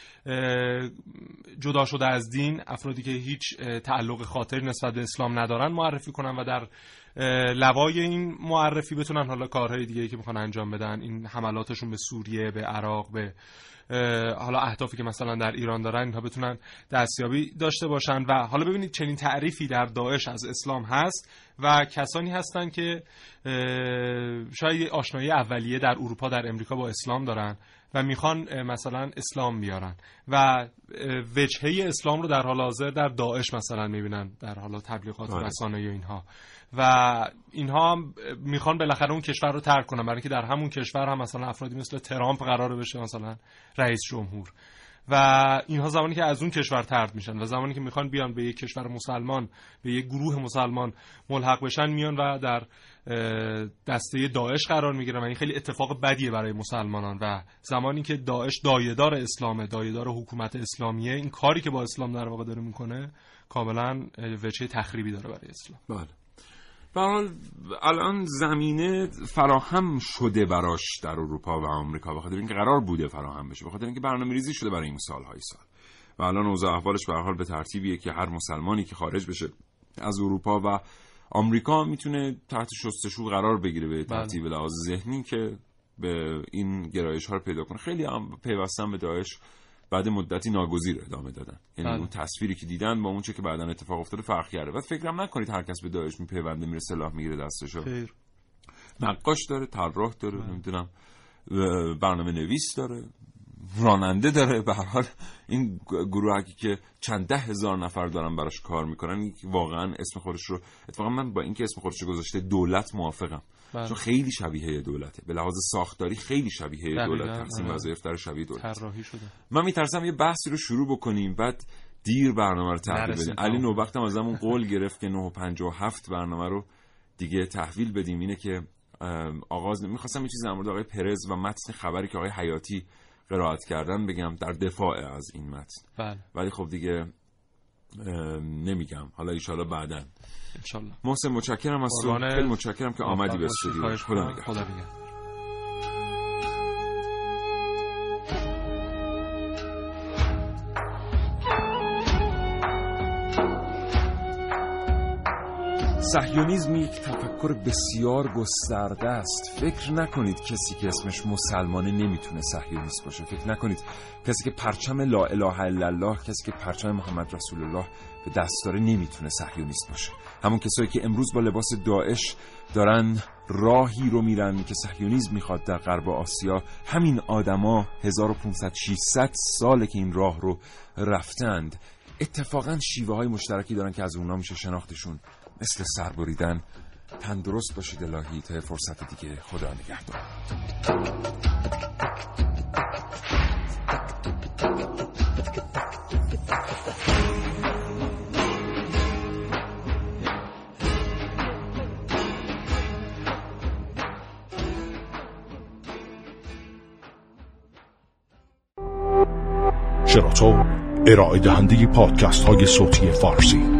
Speaker 9: جدا شده از دین، افرادی که هیچ تعلق خاطری نسبت به اسلام ندارن معرفی کنن و در لوای این معرفی بتونن حالا کارهای دیگه‌ای که میخوان انجام بدن، این حملاتشون به سوریه، به عراق، به حالا اهدافی که مثلا در ایران دارن، اینها بتونن دستیابی داشته باشن. و حالا ببینید چنین تعریفی در داعش از اسلام هست و کسانی هستن که شاید آشنایی اولیه در اروپا، در امریکا با اسلام دارن و میخوان مثلا اسلام بیارن و وجهه اسلام رو در حال حاضر در داعش مثلا میبینن، در حالا تبلیغات رسانه‌ای و اینها، و اینها میخوان بالاخره اون کشور رو ترک کنن، برای اینکه در همون کشور هم مثلا افرادی مثل ترامپ قراره بشه مثلا رئیس جمهور و اینها زمانی که از اون کشور طرد میشن و زمانی که میخوان بیان به یک کشور مسلمان، به یک گروه مسلمان ملحق بشن، میان و در دسته داعش قرار میگیرن و این خیلی اتفاق بدیه برای مسلمانان. و زمانی که داعش دایه‌دار اسلامه، دایه‌دار حکومت اسلامیه، این کاری که با اسلام در واقع داره میکنه کاملا وجه تخریبی داره برای اسلام.
Speaker 2: بله. به حال الان زمینه فراهم شده براش در اروپا و آمریکا، بخاطر اینکه قرار بوده فراهم بشه، بخاطر اینکه برنامه‌ریزی شده برای این سالهای سال و الان اوضاع احوالش به هر حال به ترتیبیه که هر مسلمانی که خارج بشه از اروپا و آمریکا میتونه تحت شستشو قرار بگیره به ترتیب لحاظ ذهنی که به این گرایش‌ها رو پیدا کنه. خیلی هم پیوستن به داعش بعد مدتی ناگزیر ادامه دادن. یعنی
Speaker 9: بله.
Speaker 2: اون تصویری که دیدن با اون چه که بعداً اتفاق افتاده فرق کرده. بعد فکرم نکنید هر کس به داعش میپیونده میره سلاح میگیره دستشو. خیر. نقاش داره، طراح داره، نمیدونم برنامه نویس داره، راننده داره. به هر حال این گروهی که چند ده هزار نفر دارن براش کار میکنن واقعا اسم خودش رو، اتفاقا من با اینکه اسم خودش رو گذاشته دولت موافقم. بله. چون خیلی شبیه دولته، به لحاظ ساختاری خیلی شبیه دولت، تقسیم وظایف در شبیه دولت
Speaker 9: طراحی شده.
Speaker 2: من میترسم یه بحثی رو شروع بکنیم بعد دیر برنامه رو تحویل بدیم. علی نوبختم ازمون قول گرفت که نه و پنجاه و هفت برنامه رو دیگه تحویل بدیم. اینه که آغاز میخواستم یه چیزی در مورد آقای پرز و متن خبری که آقای حیاتی قرائت کردن بگم در دفاع از این متن. بله. ولی خب دیگه نمیگم، حالا ان شاءالله بعداً. ان شاءالله. محسن متشکرم از تو، خیلی متشکرم که آمدی به استودیو. خدا نگهدار. خدا نگهدار. صهیونیسم یک تفکر بسیار گسترده است. فکر نکنید کسی که اسمش مسلمانه نمیتونه صهیونیست باشه. فکر نکنید کسی که پرچم لا اله الا الله، کسی که پرچم محمد رسول الله به دست داره نمیتونه صهیونیست باشه. همون کسایی که امروز با لباس داعش دارن راهی رو میرن که صهیونیسم میخواد در غرب آسیا، همین آدما هزار و پانصد ششصد ساله که این راه رو رفتند. اتفاقا شیوه های مشترکی دارن که از اونها میشه شناختشون، مثل سر بریدن. تندرست باشید الهی تا فرصت دیگه. خدا نگهدار.
Speaker 1: شراطو ارائه دهنده پادکست های صوتی فارسی